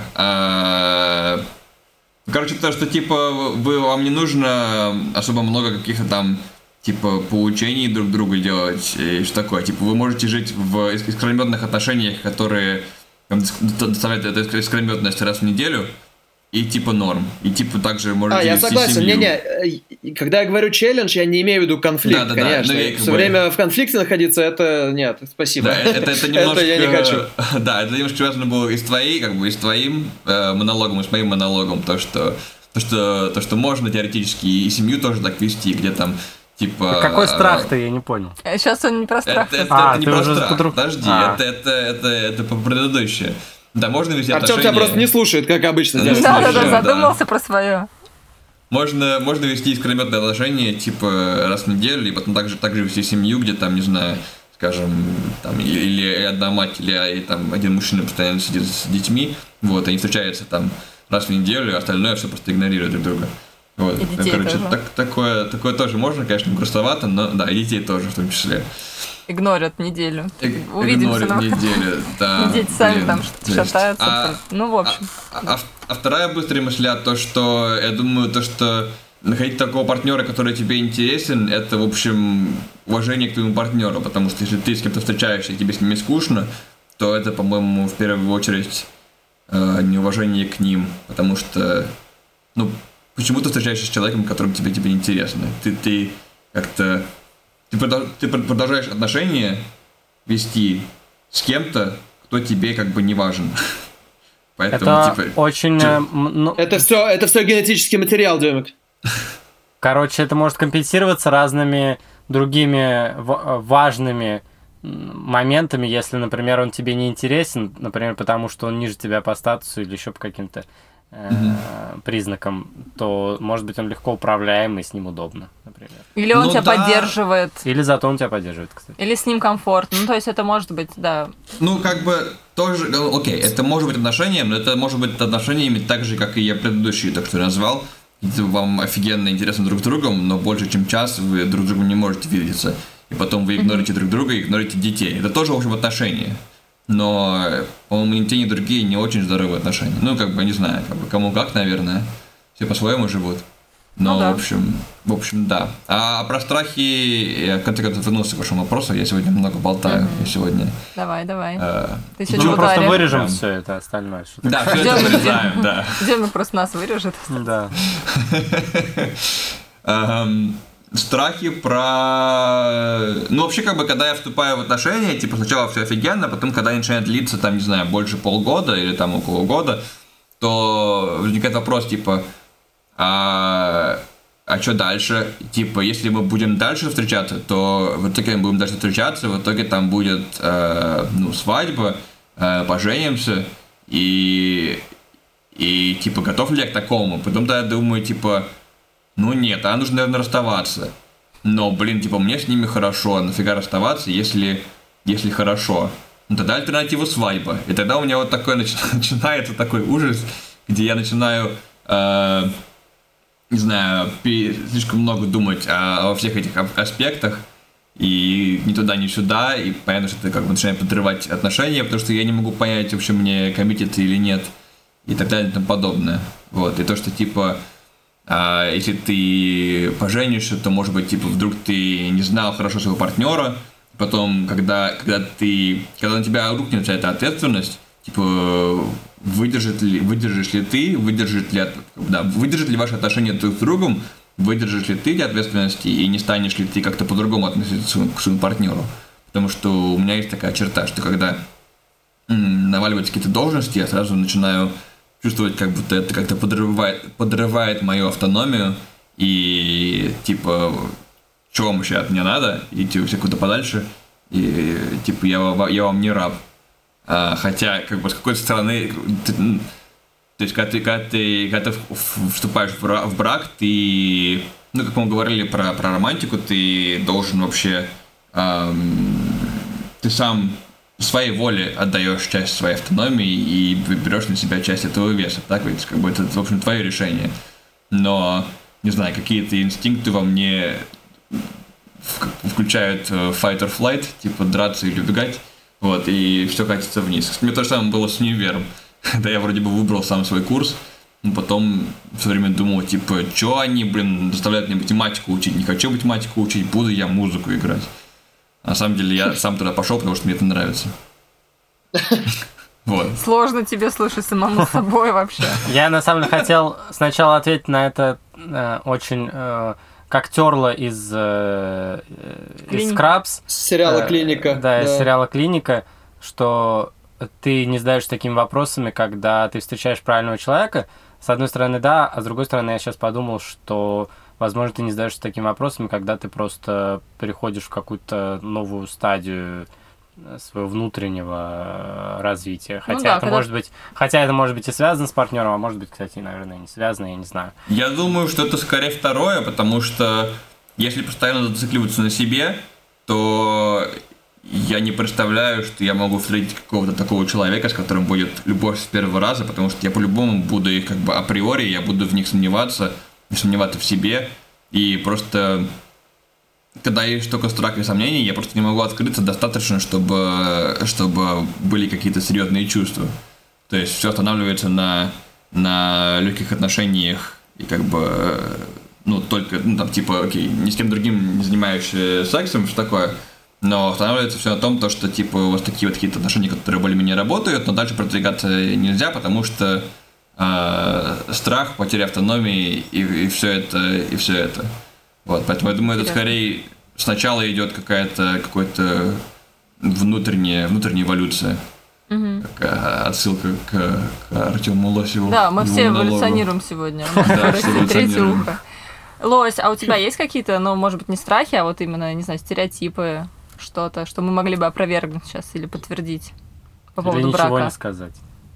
а, Короче, то, что типа вы, вам не нужно особо много каких-то там типа поучений друг другу делать и что такое. Типа вы можете жить в иск- искрометных отношениях, которые там, дос- доставляют эту искрометность раз в неделю, и типа норм. И типа также можете А, я вести согласен. семью. Не-не, когда я говорю челлендж, я не имею в виду конфликт, Да-да-да, конечно. ну, я как Все бы- время в конфликте находиться, это нет, спасибо. Да, это, это немножко... Это я не хочу. Да, это немножко связано было и с твоей, как бы, и с твоим э, монологом, и с моим монологом. То, что, то, что, то, что можно теоретически и семью тоже так вести, где там, типа... Какой страх-то, я не понял. Сейчас он не про страх. Это, это, А, это не ты про уже страх. подруг- Подожди, А. это, это, это, это по предыдущее. Да, можно вести Артем отношения... тебя просто не слушает, как обычно. Да, делает. Да, да, слушаю, да, да. задумался про свое. Можно, можно вести искрометные отношения, типа, раз в неделю, и потом также, также вести семью, где там, не знаю, скажем, там, или, или одна мать, или и, там, один мужчина постоянно сидит с детьми, вот, они встречаются там раз в неделю, а остальное все просто игнорируют друг друга. Вот. И детей Короче, тоже. так, такое, такое тоже можно, конечно, грустновато, но да, и детей тоже в том числе. Игнорят неделю. Иг- Увидимся игнорят на выходных. неделю, да. Дети сами блин, там жесть. шатаются. А- Ну, в общем. А, а- а вторая быстрая мысля, то, что я думаю, то, что находить такого партнера, который тебе интересен, это, в общем, уважение к твоему партнеру, потому что если ты с кем-то встречаешься и тебе с ними скучно, то это, по-моему, в первую очередь э, неуважение к ним, потому что, ну, почему ты встречаешься с человеком, которым тебе, тебе интересно? Ты, ты как-то, ты, продол- ты пр- продолжаешь отношения вести с кем-то, кто тебе как бы не важен. Поэтому, Это типа, очень... чё? э, м, ну, Это все, это все генетический материал, Демик. Короче, это может компенсироваться разными другими ва- важными м, моментами, если, например, он тебе не интересен, например, потому что он ниже тебя по статусу или еще по каким-то э, признакам, то, может быть, он легко управляемый, с ним удобно, например. Или он Ну тебя да. поддерживает. Или зато он тебя поддерживает, кстати. Или с ним комфортно. Ну, то есть это может быть, да. Ну, как бы, тоже, ну, окей, это может быть отношением, но это может быть отношениями так же, как и я предыдущие, так что я назвал. где вам офигенно интересно друг с другом, но больше, чем час вы друг с другом не можете видеться. И потом вы игнорите друг друга и игнорите детей. Это тоже, в общем, отношения. Но, по-моему, ни те, ни другие не очень здоровые отношения. Ну, как бы, не знаю, как бы, кому как, наверное. Все по-своему живут. Но, Ну да. в общем, в общем, да. А про страхи, я в конце концов вернулся к вашему вопросу. Я сегодня много болтаю. Мгм. Я сегодня... Давай, давай. э, Ты Ну, сегодня мы в просто ударе. вырежем Прям. все это остальное. что Да, все это Идём, вырезаем, да. Демик просто нас вырежет. Да. Эм, Страхи про... Ну, вообще, как бы, когда я вступаю в отношения, типа, сначала все офигенно, потом, когда начинает длиться, там, не знаю, больше полгода или там около года, то возникает вопрос, типа, а, а что дальше? Типа, если мы будем дальше встречаться, то в итоге мы будем дальше встречаться, в итоге там будет, э, ну, свадьба, э, поженимся, и, и, типа, готов ли я к такому? Потом-то я думаю, типа, ну нет, а нужно, наверное, расставаться. Но, блин, типа, мне с ними хорошо, нафига расставаться, если, если хорошо? Ну тогда альтернатива свадьба. И тогда у меня вот такой нач- начинается такой ужас, где я начинаю, э, не знаю, пи- слишком много думать о, о всех этих ап- аспектах, и ни туда, ни сюда, и понятно, что это как бы начинает подрывать отношения, потому что я не могу понять, вообще мне коммититься или нет, и так далее и тому подобное. Вот, и то, что типа... А если ты поженишься, то, может быть, типа, вдруг ты не знал хорошо своего партнера, потом, когда, когда ты, когда на тебя рухнет вся эта ответственность, типа, выдержит ли, выдержишь ли ты, выдержит ли, да, выдержит ли ваши отношения друг с другом, выдержишь ли ты эти ответственности и не станешь ли ты как-то по-другому относиться к своему партнеру. Потому что у меня есть такая черта, что когда м, наваливаются какие-то должности, я сразу начинаю чувствовать, как будто это как-то подрывает, подрывает мою автономию, и типа, что вам еще от меня надо, идти все куда подальше, и типа, я, я вам не раб. А, хотя, как бы, с какой-то стороны, ты, то есть, когда ты, когда ты, когда ты вступаешь в брак, ты, ну, как мы говорили про, про романтику, ты должен вообще, эм, ты сам своей воле отдаешь часть своей автономии и берешь на себя часть этого веса, так ведь, как бы, это, в общем, твое решение. Но, не знаю, какие-то инстинкты во мне включают fight or flight, типа драться или убегать, вот, и все катится вниз. Мне то же самое было с универом. Да, я вроде бы выбрал сам свой курс, но потом все время думал, типа, что они, блин, заставляют меня математику учить, не хочу математику учить, буду я музыку играть. На самом деле я сам туда пошел, потому что мне это нравится. Вот. Сложно тебе слушать самому собой вообще. Я, на самом деле, хотел сначала ответить на это э, очень... Э, как Терла из, э, из Scrubs. С сериала э, «Клиника». Да, да, из сериала «Клиника», что ты не задаешься такими вопросами, когда ты встречаешь правильного человека. С одной стороны, да, а с другой стороны, я сейчас подумал, что, возможно, ты не задаешься такими вопросами, когда ты просто переходишь в какую-то новую стадию своего внутреннего развития. Хотя, ну да, это когда... может быть, хотя это может быть и связано с партнером, а может быть, кстати, наверное, не связано, я не знаю. Я думаю, что это скорее второе, потому что если постоянно зацикливаться на себе, то я не представляю, что я могу встретить какого-то такого человека, с которым будет любовь с первого раза, потому что я по-любому буду их как бы априори, я буду в них сомневаться, сомневаться в себе, и просто... Когда есть только страх и сомнения, я просто не могу открыться достаточно, чтобы, чтобы были какие-то серьезные чувства. То есть все останавливается на, на легких отношениях и как бы, ну, только, ну, там, типа, окей, ни с кем другим не занимаешься сексом, что такое, но останавливается все на том, то, что, типа, у вас такие вот какие-то отношения, которые более-менее работают, но дальше продвигаться нельзя, потому что э, страх, потеря автономии и, и все это, и все это. Вот, поэтому я думаю, это скорее сначала идет какая-то какой-то внутренняя, внутренняя эволюция. Угу. Как отсылка к, к Артему Лосеву. Да, мы все эволюционируем сегодня. Да, третье ухо. Лось, а у тебя есть какие-то, ну, может быть, не страхи, а вот именно, не знаю, стереотипы, что-то, что мы могли бы опровергнуть сейчас или подтвердить по поводу брака? Ничего не сказать.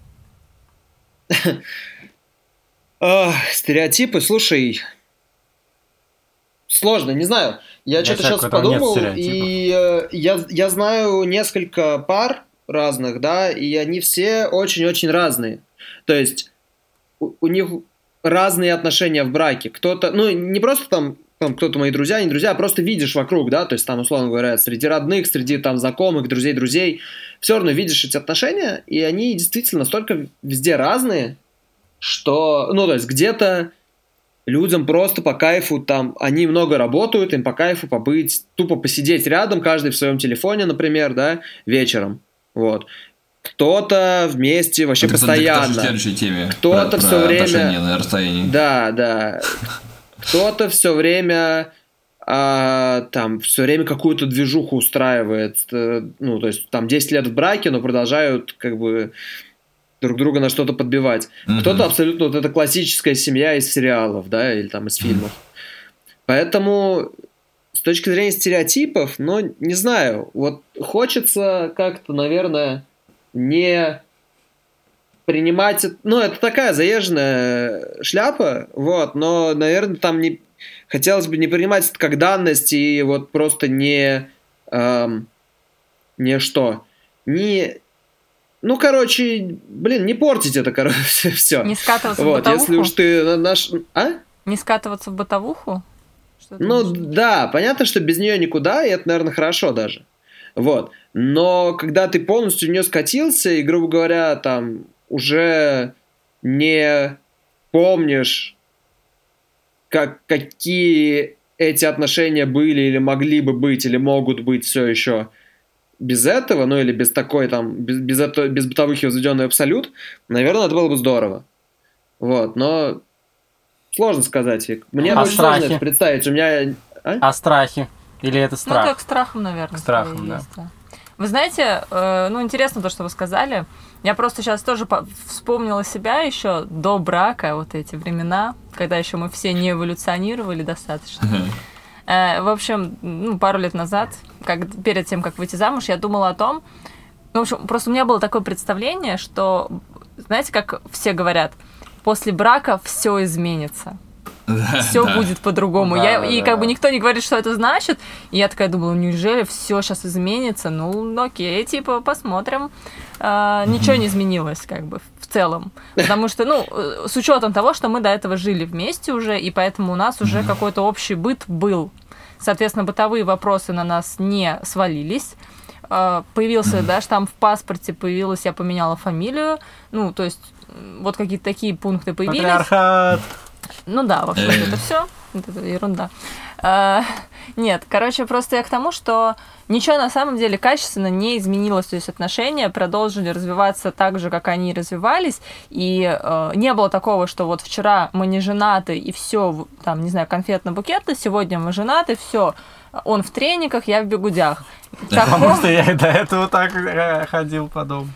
Стереотипы, слушай... Сложно, не знаю. Я, я что-то сейчас подумал, и э, я, я знаю несколько пар разных, да, и они все очень-очень разные. То есть у, у них разные отношения в браке. Кто-то, ну, не просто там, там кто-то мои друзья, не друзья, а просто видишь вокруг, да, то есть там, условно говоря, среди родных, среди там знакомых, друзей-друзей, все равно видишь эти отношения, и они действительно настолько везде разные, что, ну, то есть где-то людям просто по кайфу, там, они много работают, им по кайфу побыть, тупо посидеть рядом, каждый в своем телефоне, например, да, вечером, вот. Кто-то вместе вообще это, постоянно. Это в следующей теме. Кто-то все время... на расстоянии. Да, да. Кто-то все время... А, там, все время какую-то движуху устраивает. Ну, то есть, там, десять лет в браке, но продолжают, как бы... друг друга на что-то подбивать. Mm-hmm. Кто-то абсолютно вот это классическая семья из сериалов, да, или там из фильмов. Mm-hmm. Поэтому с точки зрения стереотипов, ну, не знаю, вот хочется как-то, наверное, не принимать... Ну, это такая заезженная шляпа, вот, но, наверное, там не... хотелось бы не принимать это как данность и вот просто не... Эм, не что? Не... Ну, короче, блин, не портить это, короче, все. Не скатываться вот, в бытовуху? Если уж ты наш... А? Не скатываться в бытовуху? Что ну, да, понятно, что без нее никуда, и это, наверное, хорошо даже. Вот. Но когда ты полностью в нее скатился, и, грубо говоря, там, уже не помнишь, как, какие эти отношения были или могли бы быть, или могут быть все еще, без этого, ну или без такой там, без, без, это, без бытовухи возведенный абсолют, наверное, это было бы здорово. Вот, но сложно сказать. Мне а очень страхи? сложно это представить. У меня... А? а страхи? Или это страх? Ну, как страхом, наверное. К страхам, да. Есть, да. Вы знаете, э, ну, интересно то, что вы сказали. Я просто сейчас тоже по- вспомнила себя еще до брака, вот эти времена, когда еще мы все не эволюционировали достаточно. Э, в общем, ну, пару лет назад, как, перед тем, как выйти замуж, я думала о том, ну, в общем, просто у меня было такое представление, что, знаете, как все говорят, после брака все изменится. Все да. будет по-другому. Да, я, да, и как да. бы никто не говорит, что это значит. И я такая думала, неужели все сейчас изменится? Ну, окей, типа, посмотрим. А, ничего не изменилось, как бы, в целом. Потому что, ну, с учетом того, что мы до этого жили вместе уже, и поэтому у нас уже какой-то общий быт был. Соответственно, бытовые вопросы на нас не свалились. А, появился, да, штамп в паспорте, появилась, я поменяла фамилию. Ну, то есть, вот какие-то такие пункты появились. Патриархат. Ну да, в общем, это все. Это ерунда. А, нет, короче, просто я к тому, что ничего на самом деле качественно не изменилось. То есть отношения продолжили развиваться так же, как они развивались. И э, не было такого, что вот вчера мы не женаты, и все, там, не знаю, конфетно-букетно, сегодня мы женаты, все. Он в трениках, я в бегудях. Потому что я до этого так ходил по дому.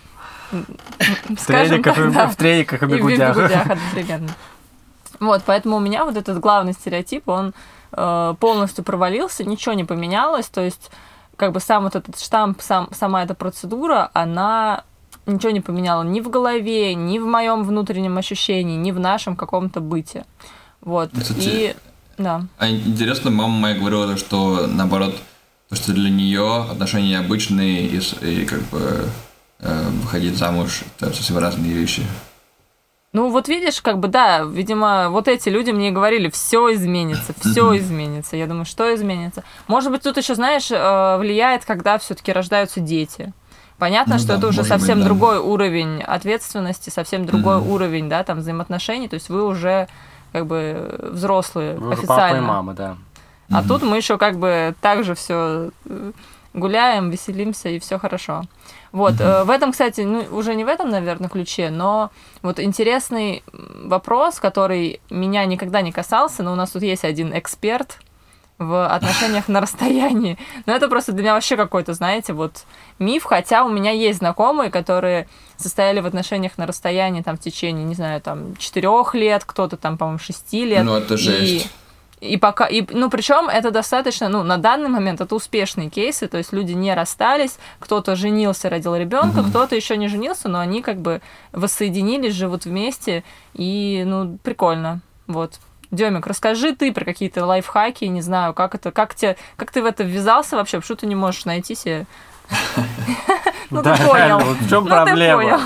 В трениках и бегудях. И в бегудях одновременно. Вот, поэтому у меня вот этот главный стереотип, он э, полностью провалился, ничего не поменялось, то есть как бы сам вот этот штамп, сам, сама эта процедура, она ничего не поменяла ни в голове, ни в моем внутреннем ощущении, ни в нашем каком-то быте. Вот, кстати, и... Да. А интересно, мама моя говорила, что наоборот, что для нее отношения обычные и, и как бы э, выходить замуж — это совсем разные вещи. Ну, вот видишь, как бы, да, видимо, вот эти люди мне говорили, все изменится, все изменится. Я думаю, что изменится? Может быть, тут еще, знаешь, влияет, когда все-таки рождаются дети. Понятно, ну, что да, это уже совсем быть, да. другой уровень ответственности, совсем другой mm-hmm. уровень, да, там, взаимоотношений. То есть вы уже, как бы, взрослые, вы официально. Уже папа и мама, да. А mm-hmm. тут мы еще, как бы, так же все гуляем, веселимся, и все хорошо. Вот, mm-hmm. в этом, кстати, ну, уже не в этом, наверное, ключе, но вот интересный вопрос, который меня никогда не касался, но у нас тут есть один эксперт в отношениях на расстоянии. Но это просто для меня вообще какой-то, знаете, вот миф, хотя у меня есть знакомые, которые состояли в отношениях на расстоянии там в течение, не знаю, там четырех лет, кто-то там, по-моему, шести лет. Ну, это жесть. И... И пока, и, ну, причем это достаточно, ну, на данный момент это успешные кейсы, то есть люди не расстались, кто-то женился, родил ребенка, mm-hmm. кто-то еще не женился, но они как бы воссоединились, живут вместе, и, ну, прикольно, вот. Демик, расскажи ты про какие-то лайфхаки, не знаю, как это, как тебе, как ты в это ввязался вообще, почему ты не можешь найти себе? Ну, ты понял. В чем проблема?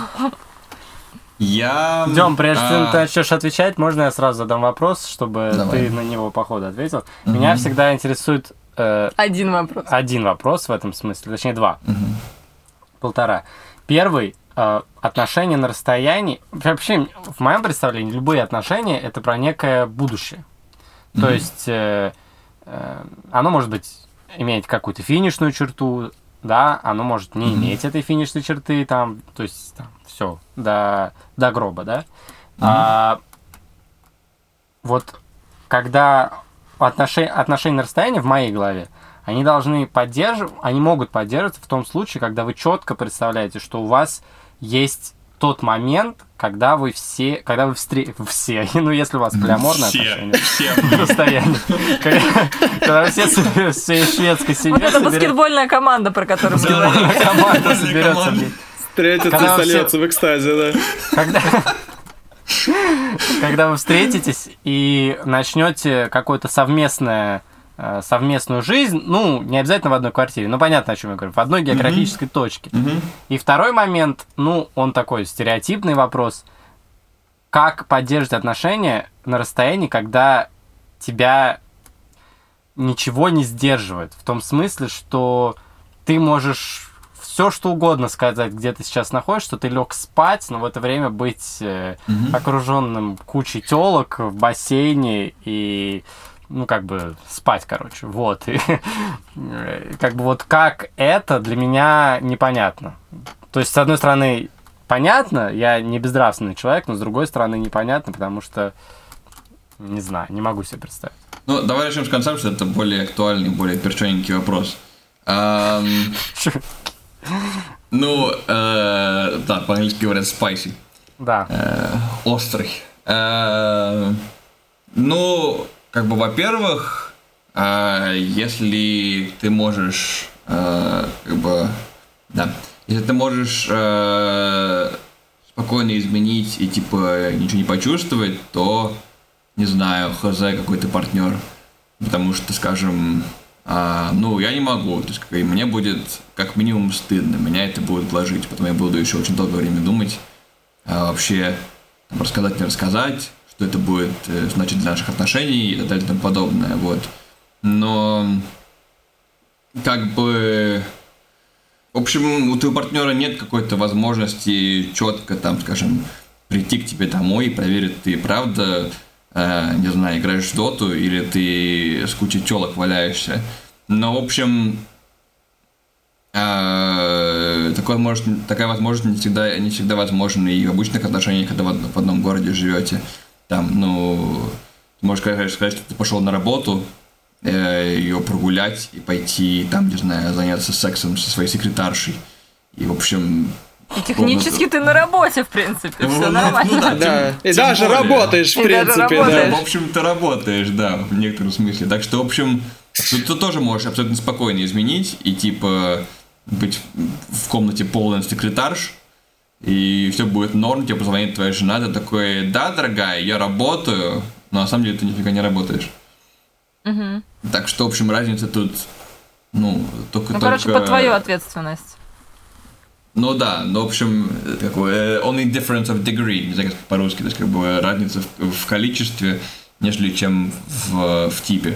Я... Дем, прежде чем а... ты начнешь отвечать, можно я сразу задам вопрос, чтобы Давай. ты на него по ходу ответил? Mm-hmm. Меня всегда интересует... Э, один вопрос. Один вопрос в этом смысле, точнее два. Mm-hmm. Полтора. Первый. Э, отношения на расстоянии. Вообще, в моем представлении, любые отношения — это про некое будущее. Mm-hmm. То есть, э, э, оно может быть иметь какую-то финишную черту, да, оно может не mm-hmm. иметь этой финишной черты, там, то есть, там, все, до, до гроба, да. Mm-hmm. А, вот когда отношения, отношения на расстоянии в моей голове, они должны поддерживать, они могут поддерживаться в том случае, когда вы четко представляете, что у вас есть тот момент, когда вы все, когда вы встретите, все, ну, если у вас полиаморные отношения, все на расстоянии, когда все всей шведской семьей. Вот это баскетбольная команда, про которую мы говорили. Баскетбольная команда соберется. Встретятся, солятся в экстазе, да. Когда... Когда вы встретитесь и начнете какое-то совместное, совместную жизнь, ну, не обязательно в одной квартире, но понятно, о чем я говорю, в одной географической mm-hmm. точке. Mm-hmm. И второй момент, ну, он такой стереотипный вопрос, как поддерживать отношения на расстоянии, когда тебя ничего не сдерживает, в том смысле, что ты можешь все что угодно сказать, где ты сейчас находишься, что ты лег спать, но в это время быть э, mm-hmm. окруженным кучей телок в бассейне и ну, как бы, спать, короче, вот. И как бы вот как это для меня непонятно. То есть, с одной стороны, понятно, я не безнравственный человек, но с другой стороны, непонятно, потому что, не знаю, не могу себе представить. Ну, давай начнем с конца, что это более актуальный, более перчоненький вопрос. Эм, ну, э, да, по-английски говорят spicy. Да. Э, острый. Э, ну, как бы, во-первых, э, если ты можешь, э, как бы, да, если ты можешь э, спокойно изменить и, типа, ничего не почувствовать, то, не знаю, хз, какой ты партнер. Потому что, скажем, э, ну, я не могу, то есть, как, и мне будет как минимум стыдно, меня это будет ложить, потом я буду еще очень долгое время думать, э, вообще, там, рассказать, не рассказать, что это будет э, значить для наших отношений и так далее и тому подобное, вот. Но, как бы, в общем, у твоего партнера нет какой-то возможности четко, там, скажем, прийти к тебе домой и проверить, ты правда, э, не знаю, играешь в доту или ты с кучей телок валяешься. Но, в общем, э, такое может, такая возможность не всегда, не всегда возможна и в обычных отношениях, когда в, в одном городе живете. Там, ну, ты можешь сказать, сказать, что ты пошел на работу, э, ее прогулять и пойти, там, не знаю, заняться сексом со своей секретаршей. И, в общем... И технически ты на работе, в принципе, все нормально. Ну, да, Да, тем, и тем даже более. работаешь, в И даже принципе, работаешь. да. В общем, ты работаешь, да, в некотором смысле. Так что, в общем, ты, ты тоже можешь абсолютно спокойно изменить и, типа, быть в комнате полный секретарш, и все будет норм, тебе позвонит твоя жена, ты такой, да, дорогая, я работаю, но на самом деле ты нифига не работаешь. Угу. Так что, в общем, разница тут, ну, только... Ну, только... короче, под твою ответственность. Ну да, ну, в общем, такое, only difference of degree, не знаю, как по-русски, то есть, как бы, разница в, в количестве, нежели чем в, в типе.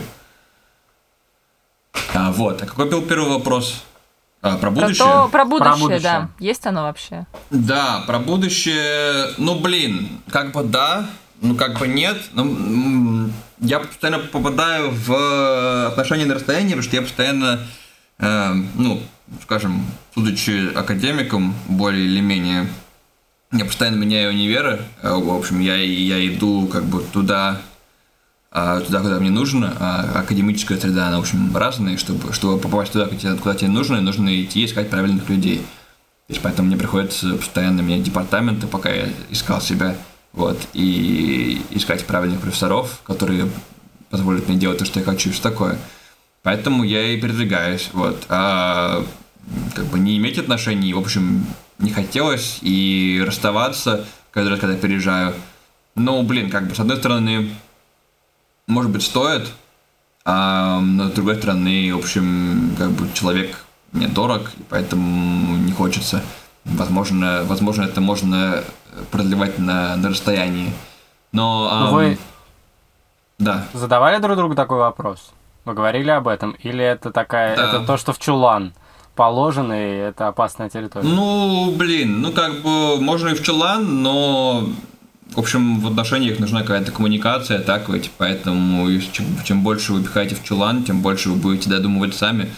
А, вот, а какой был первый вопрос? А, про будущее? Про, то, про будущее, Про будущее. да. Есть оно вообще? Да, про будущее, ну, блин, как бы да, ну, как бы нет. Ну, м, я постоянно попадаю в отношения на расстоянии, потому что я постоянно, э, ну, скажем, будучи академиком, более или менее, я постоянно меняю универы. Э, в общем, я, я иду как бы туда, э, туда, куда мне нужно. А академическая среда, она, в общем, разная. Чтобы, чтобы попасть туда, куда тебе, куда тебе нужно, нужно идти искать правильных людей. То есть, поэтому мне приходится постоянно менять департаменты, пока я искал себя. Вот, и искать правильных профессоров, которые позволят мне делать то, что я хочу, и все такое. Поэтому я и передвигаюсь, вот. А как бы не иметь отношений, в общем, не хотелось, и расставаться каждый раз, когда я переезжаю. Ну, блин, как бы, с одной стороны, может быть, стоит, а, но с другой стороны, в общем, как бы, человек мне дорог, и поэтому не хочется. Возможно, возможно, это можно продлевать на, на расстоянии. Но... Ну, эм, вы да. задавали друг другу такой вопрос? Вы говорили об этом? Или это такая, Да. это то, что в чулан положено, и это опасная территория? Ну, блин, ну как бы можно и в чулан, но, в общем, в отношениях нужна какая-то коммуникация, так ведь, поэтому чем, чем больше вы пихаете в чулан, тем больше вы будете додумывать сами.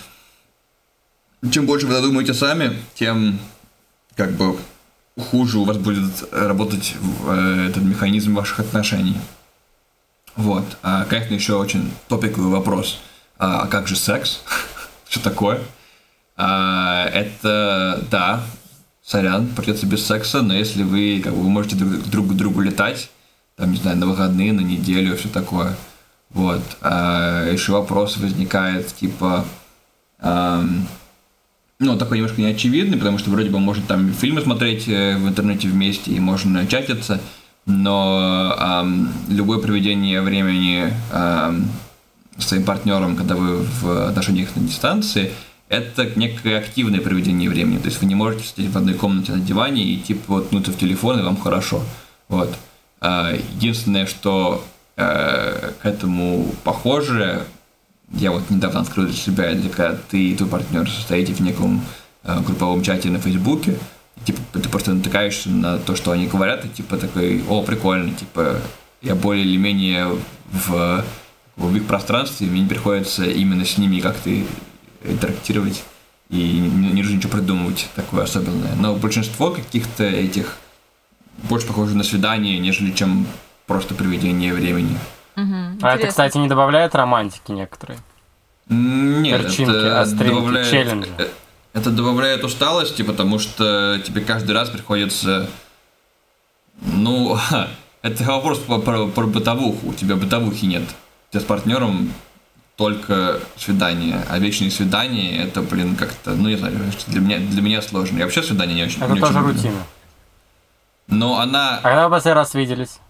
Чем больше вы додумаете сами, тем, как бы, хуже у вас будет работать э, этот механизм ваших отношений. Вот. А, конечно, еще очень топиковый вопрос. А как же секс? Что такое? А, это, да, сорян, придется без секса, но если вы, как бы, вы можете друг, друг к другу летать, там, не знаю, на выходные, на неделю, все такое. Вот. А, еще вопрос возникает, типа... Эм, ну, такой немножко неочевидный, потому что вроде бы можно там фильмы смотреть в интернете вместе и можно чатиться, но эм, любое проведение времени эм, с своим партнером, когда вы в отношениях на дистанции, это некое активное проведение времени. То есть вы не можете сидеть в одной комнате на диване и типа воткнуться в телефон, и вам хорошо. Вот. Единственное, что э, к этому похоже, я вот недавно открыл для себя, это когда ты и твой партнер состоите в неком э, групповом чате на Фейсбуке, и, типа, ты просто натыкаешься на то, что они говорят, и типа такой, о, прикольно, типа, я более или менее в в их пространстве, мне приходится именно с ними как-то интерактировать и не, не нужно ничего придумывать такое особенное. Но большинство каких-то этих больше похоже на свидание, нежели чем просто проведение времени. Угу, а это, кстати, не добавляет романтики некоторые? Нет, перчинки, это остринки, добавляет, челленджи. Это добавляет усталости, потому что тебе каждый раз приходится... Ну, это вопрос про, про, про бытовуху. У тебя бытовухи нет. У тебя с партнером только свидание. А вечные свидания, это, блин, как-то... Ну, не знаю, для меня, для меня сложно. Я вообще свидание не очень... Это не тоже очень рутина. люблю. Но она... А когда вы последний раз виделись?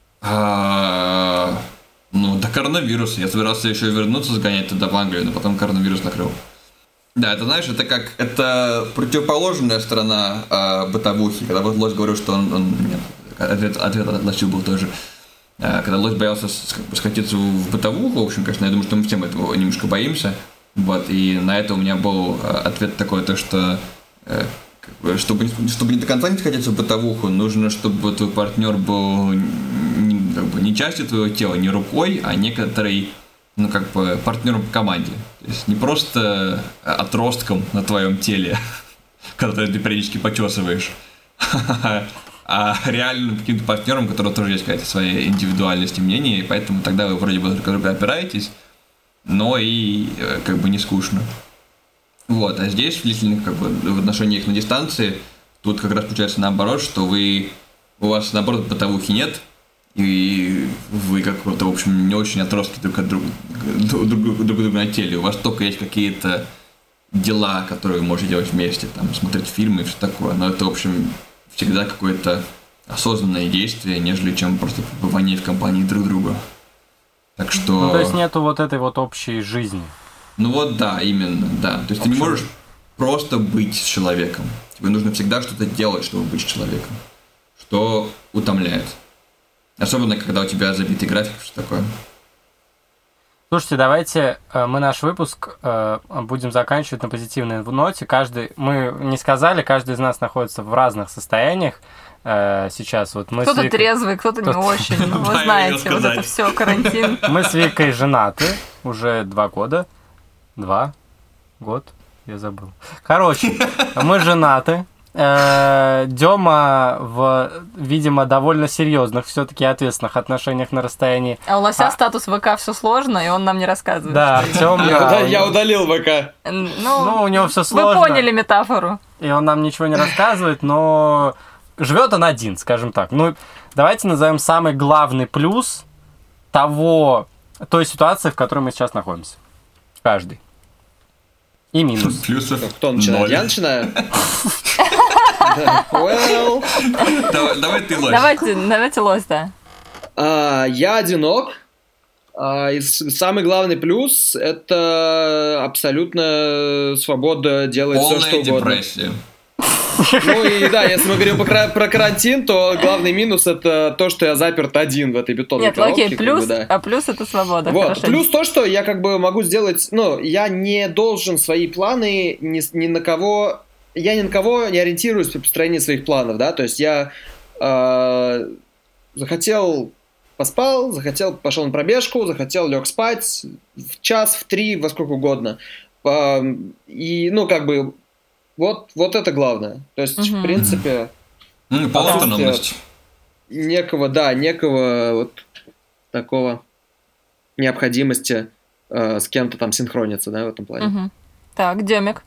А, ну, до коронавируса. Я собирался еще вернуться, сгонять туда в Англию, но потом коронавирус накрыл. Да, это, знаешь, это как... Это противоположная сторона э, бытовухи. Когда вот Лось говорил, что он... он нет, ответ, ответ от Лоси был тоже. Э, когда Лось боялся скатиться в бытовуху, в общем, конечно, я думаю, что мы всем этого немножко боимся. Вот, и на это у меня был ответ такой, то, что... Э, Чтобы, чтобы не до конца не сходиться в бытовуху, нужно, чтобы твой партнер был не, как бы, не частью твоего тела, не рукой, а некоторый, ну, как бы, партнером по команде. То есть не просто отростком на твоем теле, который ты периодически почесываешь, а реальным каким-то партнером, у которого тоже есть какая-то своя индивидуальность и мнение, и поэтому тогда вы вроде бы друг на друга опираетесь, но и как бы не скучно. Вот, а здесь в длительных, как бы, в отношениях на дистанции, тут как раз получается наоборот, что вы, у вас наоборот бытовухи нет, и вы как-то, в общем, не очень отростки друг от друга, друг, друг, друг друга на теле, у вас только есть какие-то дела, которые вы можете делать вместе, там, смотреть фильмы и все такое, но это, в общем, всегда какое-то осознанное действие, нежели чем просто пребывание в компании друг друга. Так что... Ну, то есть нету вот этой вот общей жизни. Ну вот да, именно, да. То есть ты не можешь просто быть с человеком. Тебе нужно всегда что-то делать, чтобы быть с человеком. Что утомляет. Особенно, когда у тебя забитый график, что такое. Слушайте, давайте мы наш выпуск будем заканчивать на позитивной ноте. Каждый, мы не сказали, каждый из нас находится в разных состояниях сейчас. Вот мы кто-то Викой... трезвый, кто-то не очень. Ну, вы знаете, вот это все, карантин. Мы с Викой женаты уже два года. Два? Год? Я забыл. Короче, мы женаты. Дема в, видимо, довольно серьезных, все-таки ответственных отношениях на расстоянии. А у Лося а... статус ВК все сложно, и он нам не рассказывает. Да, Артём, я, да, я удалил ВК. Ну, ну, у него все сложно. Вы поняли метафору. И он нам ничего не рассказывает, но живет он один, скажем так. Ну, давайте назовем самый главный плюс того, той ситуации, в которой мы сейчас находимся. Каждый. И минус. Плюсов кто начинает? ноль. Я начинаю. Well. Давай ты, Лось. Давайте, давайте Лось, да. Я одинок. И самый главный плюс — это абсолютно свобода делать все, что угодно. Полная депрессия. Ну и да, если мы говорим про карантин, то главный минус — это то, что я заперт один в этой бетонной Нет, коробке. окей, плюс, как бы, да. А плюс — это свобода. Вот, хорошо. плюс то, что я как бы могу сделать, ну, я не должен свои планы ни, ни на кого, я ни на кого не ориентируюсь при построении своих планов, да, то есть я э, захотел поспал, захотел пошел на пробежку, захотел лег спать в час, в три, во сколько угодно, э, и, ну, как бы Вот, вот это главное. То есть, угу. в принципе... Ну, полная автономность. Некого, да, некого вот такого необходимости э, с кем-то там синхрониться, да, в этом плане. Угу. Так, Демик.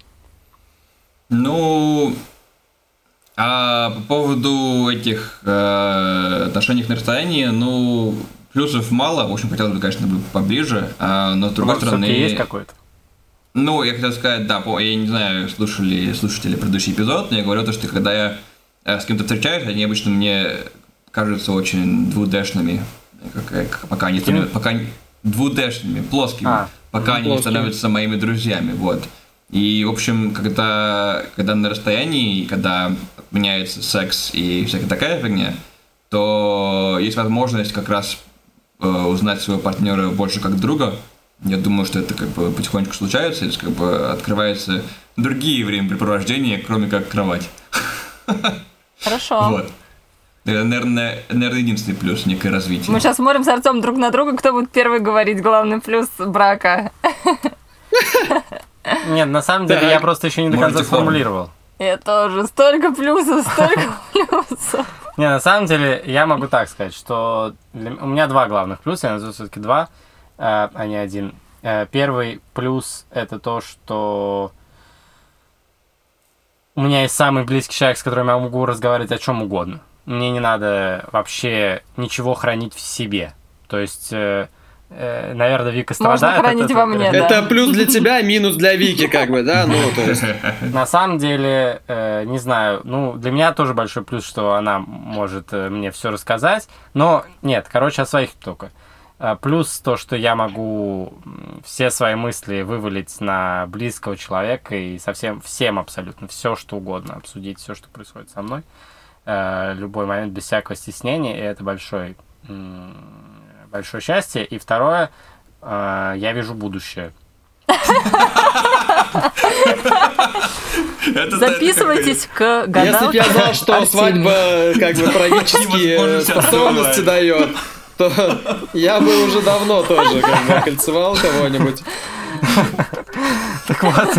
Ну, а по поводу этих э, отношений на расстоянии, ну, плюсов мало. В общем, хотелось бы, конечно, быть поближе, а, но с другой Может, стороны... есть какой-то? Ну, я хотел сказать, да, я не знаю, слушали слушатели предыдущий эпизод, но я говорю то, что когда я с кем-то встречаюсь, они обычно мне кажутся очень двудэшными, как, пока они становятся, пока двудэшными, плоскими, а, пока они не становятся моими друзьями, вот. И, в общем, когда, когда на расстоянии, когда меняется секс и всякая такая фигня, то есть возможность как раз э, узнать своего партнера больше как друга. Я думаю, что это как бы потихонечку случается, то есть как бы открываются другие времяпрепровождения, кроме как кровать. Хорошо. Вот. Наверное, наверное, единственный плюс, некое развитие. Мы сейчас смотрим с Артёмом друг на друга, кто будет первый говорить главный плюс брака. Нет, на самом деле, я просто еще не до конца сформулировал. Я тоже. Столько плюсов, столько плюсов. Не, на самом деле, я могу так сказать, что для... у меня два главных плюса, я назову все-таки два, а не один. Первый плюс — это то, что у меня есть самый близкий человек, с которым я могу разговаривать о чем угодно. Мне не надо вообще ничего хранить в себе. То есть, э, э, наверное, Вика страдает. Можно хранить это, во мне, это, да. Это плюс для тебя, минус для Вики, как бы, да? Ну, то есть... На самом деле, э, не знаю, ну, для меня тоже большой плюс, что она может э, мне все рассказать. Но нет, короче, о своих только. Э, плюс то, что я могу все свои мысли вывалить на близкого человека и совсем всем абсолютно все, что угодно, обсудить все, что происходит со мной. Любой момент без всякого стеснения, и это большое, большое счастье. И второе, я вижу будущее. Записывайтесь к гадалке. Если бы я знал, что свадьба как бы правительские способности дает, то я бы уже давно тоже как бы окольцевал кого-нибудь. Так вот.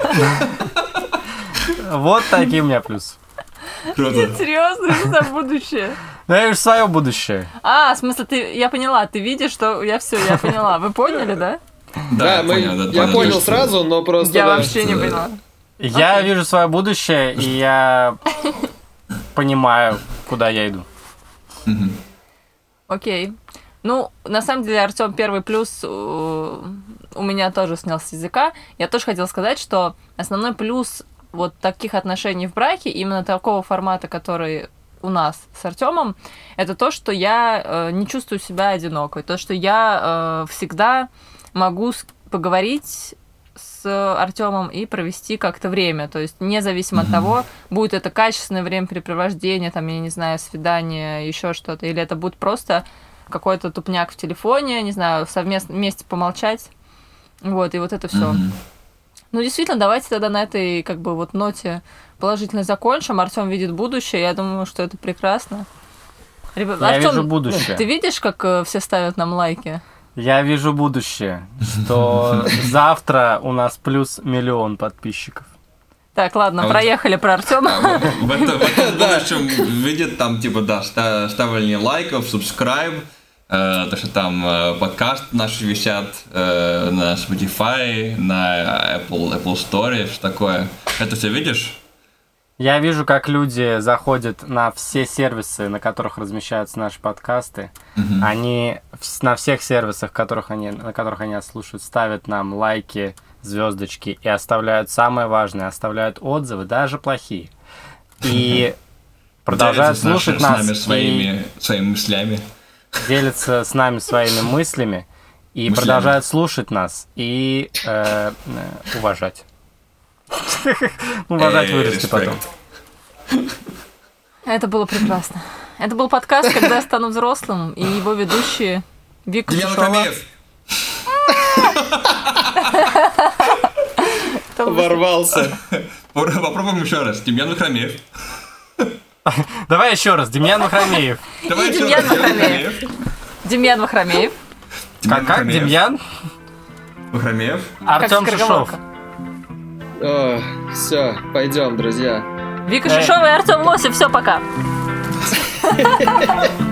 Вот такие у меня плюсы. Нет, серьезно, что за будущее? Ну, я вижу свое будущее. А, в смысле, ты, я поняла, ты видишь, что я все, я поняла. Вы поняли, да? Да, мы, я понял сразу, но просто... Я вообще не поняла. Я вижу свое будущее, и я понимаю, куда я иду. Окей. Ну, на самом деле, Артём, первый плюс у меня тоже снял с языка. Я тоже хотела сказать, что основной плюс вот таких отношений в браке, именно такого формата, который у нас с Артёмом, это то, что я э, не чувствую себя одинокой, то, что я э, всегда могу поговорить с Артёмом и провести как-то время, то есть независимо от того, будет это качественное времяпрепровождение, там, я не знаю, свидание, еще что-то, или это будет просто какой-то тупняк в телефоне, не знаю, совместно вместе помолчать, вот, и вот это все. Ну, действительно, давайте тогда на этой, как бы, вот ноте положительно закончим. Артём видит будущее, я думаю, что это прекрасно. Ребят, я Артём, вижу будущее. Ты видишь, как э, все ставят нам лайки? Я вижу будущее, что завтра у нас плюс миллион подписчиков. Так, ладно, а проехали вот, про Артёма. А, в, в этом будущем видят там, типа, да, ставление лайков, subscribe, э, то, что там э, подкасты наши висят э, на Spotify, на Apple, Apple Store, что такое. Это все видишь? Я вижу, как люди заходят на все сервисы, на которых размещаются наши подкасты. Uh-huh. Они на всех сервисах, которых они, на которых они слушают, ставят нам лайки, звездочки и оставляют самое важное, оставляют отзывы, даже плохие. И продолжают слушать нас. С нами своими, своими мыслями. Делятся с нами своими мыслями и мыслями. Продолжают слушать нас и э, э, уважать. Уважать вырежьте потом. Это было прекрасно. Это был подкаст «Когда я стану взрослым», и его ведущие Вика Шишова. Ворвался. Попробуем еще раз. Демьян Вахромеев. Давай еще раз. Демьян Вахромеев. Давай еще раз. Демьян Вахромеев. Как, как? Демьян? Вахромеев. Артём Шишов. О, все, пойдем, друзья. Вика Шишова и Артём Лосев. Все, пока.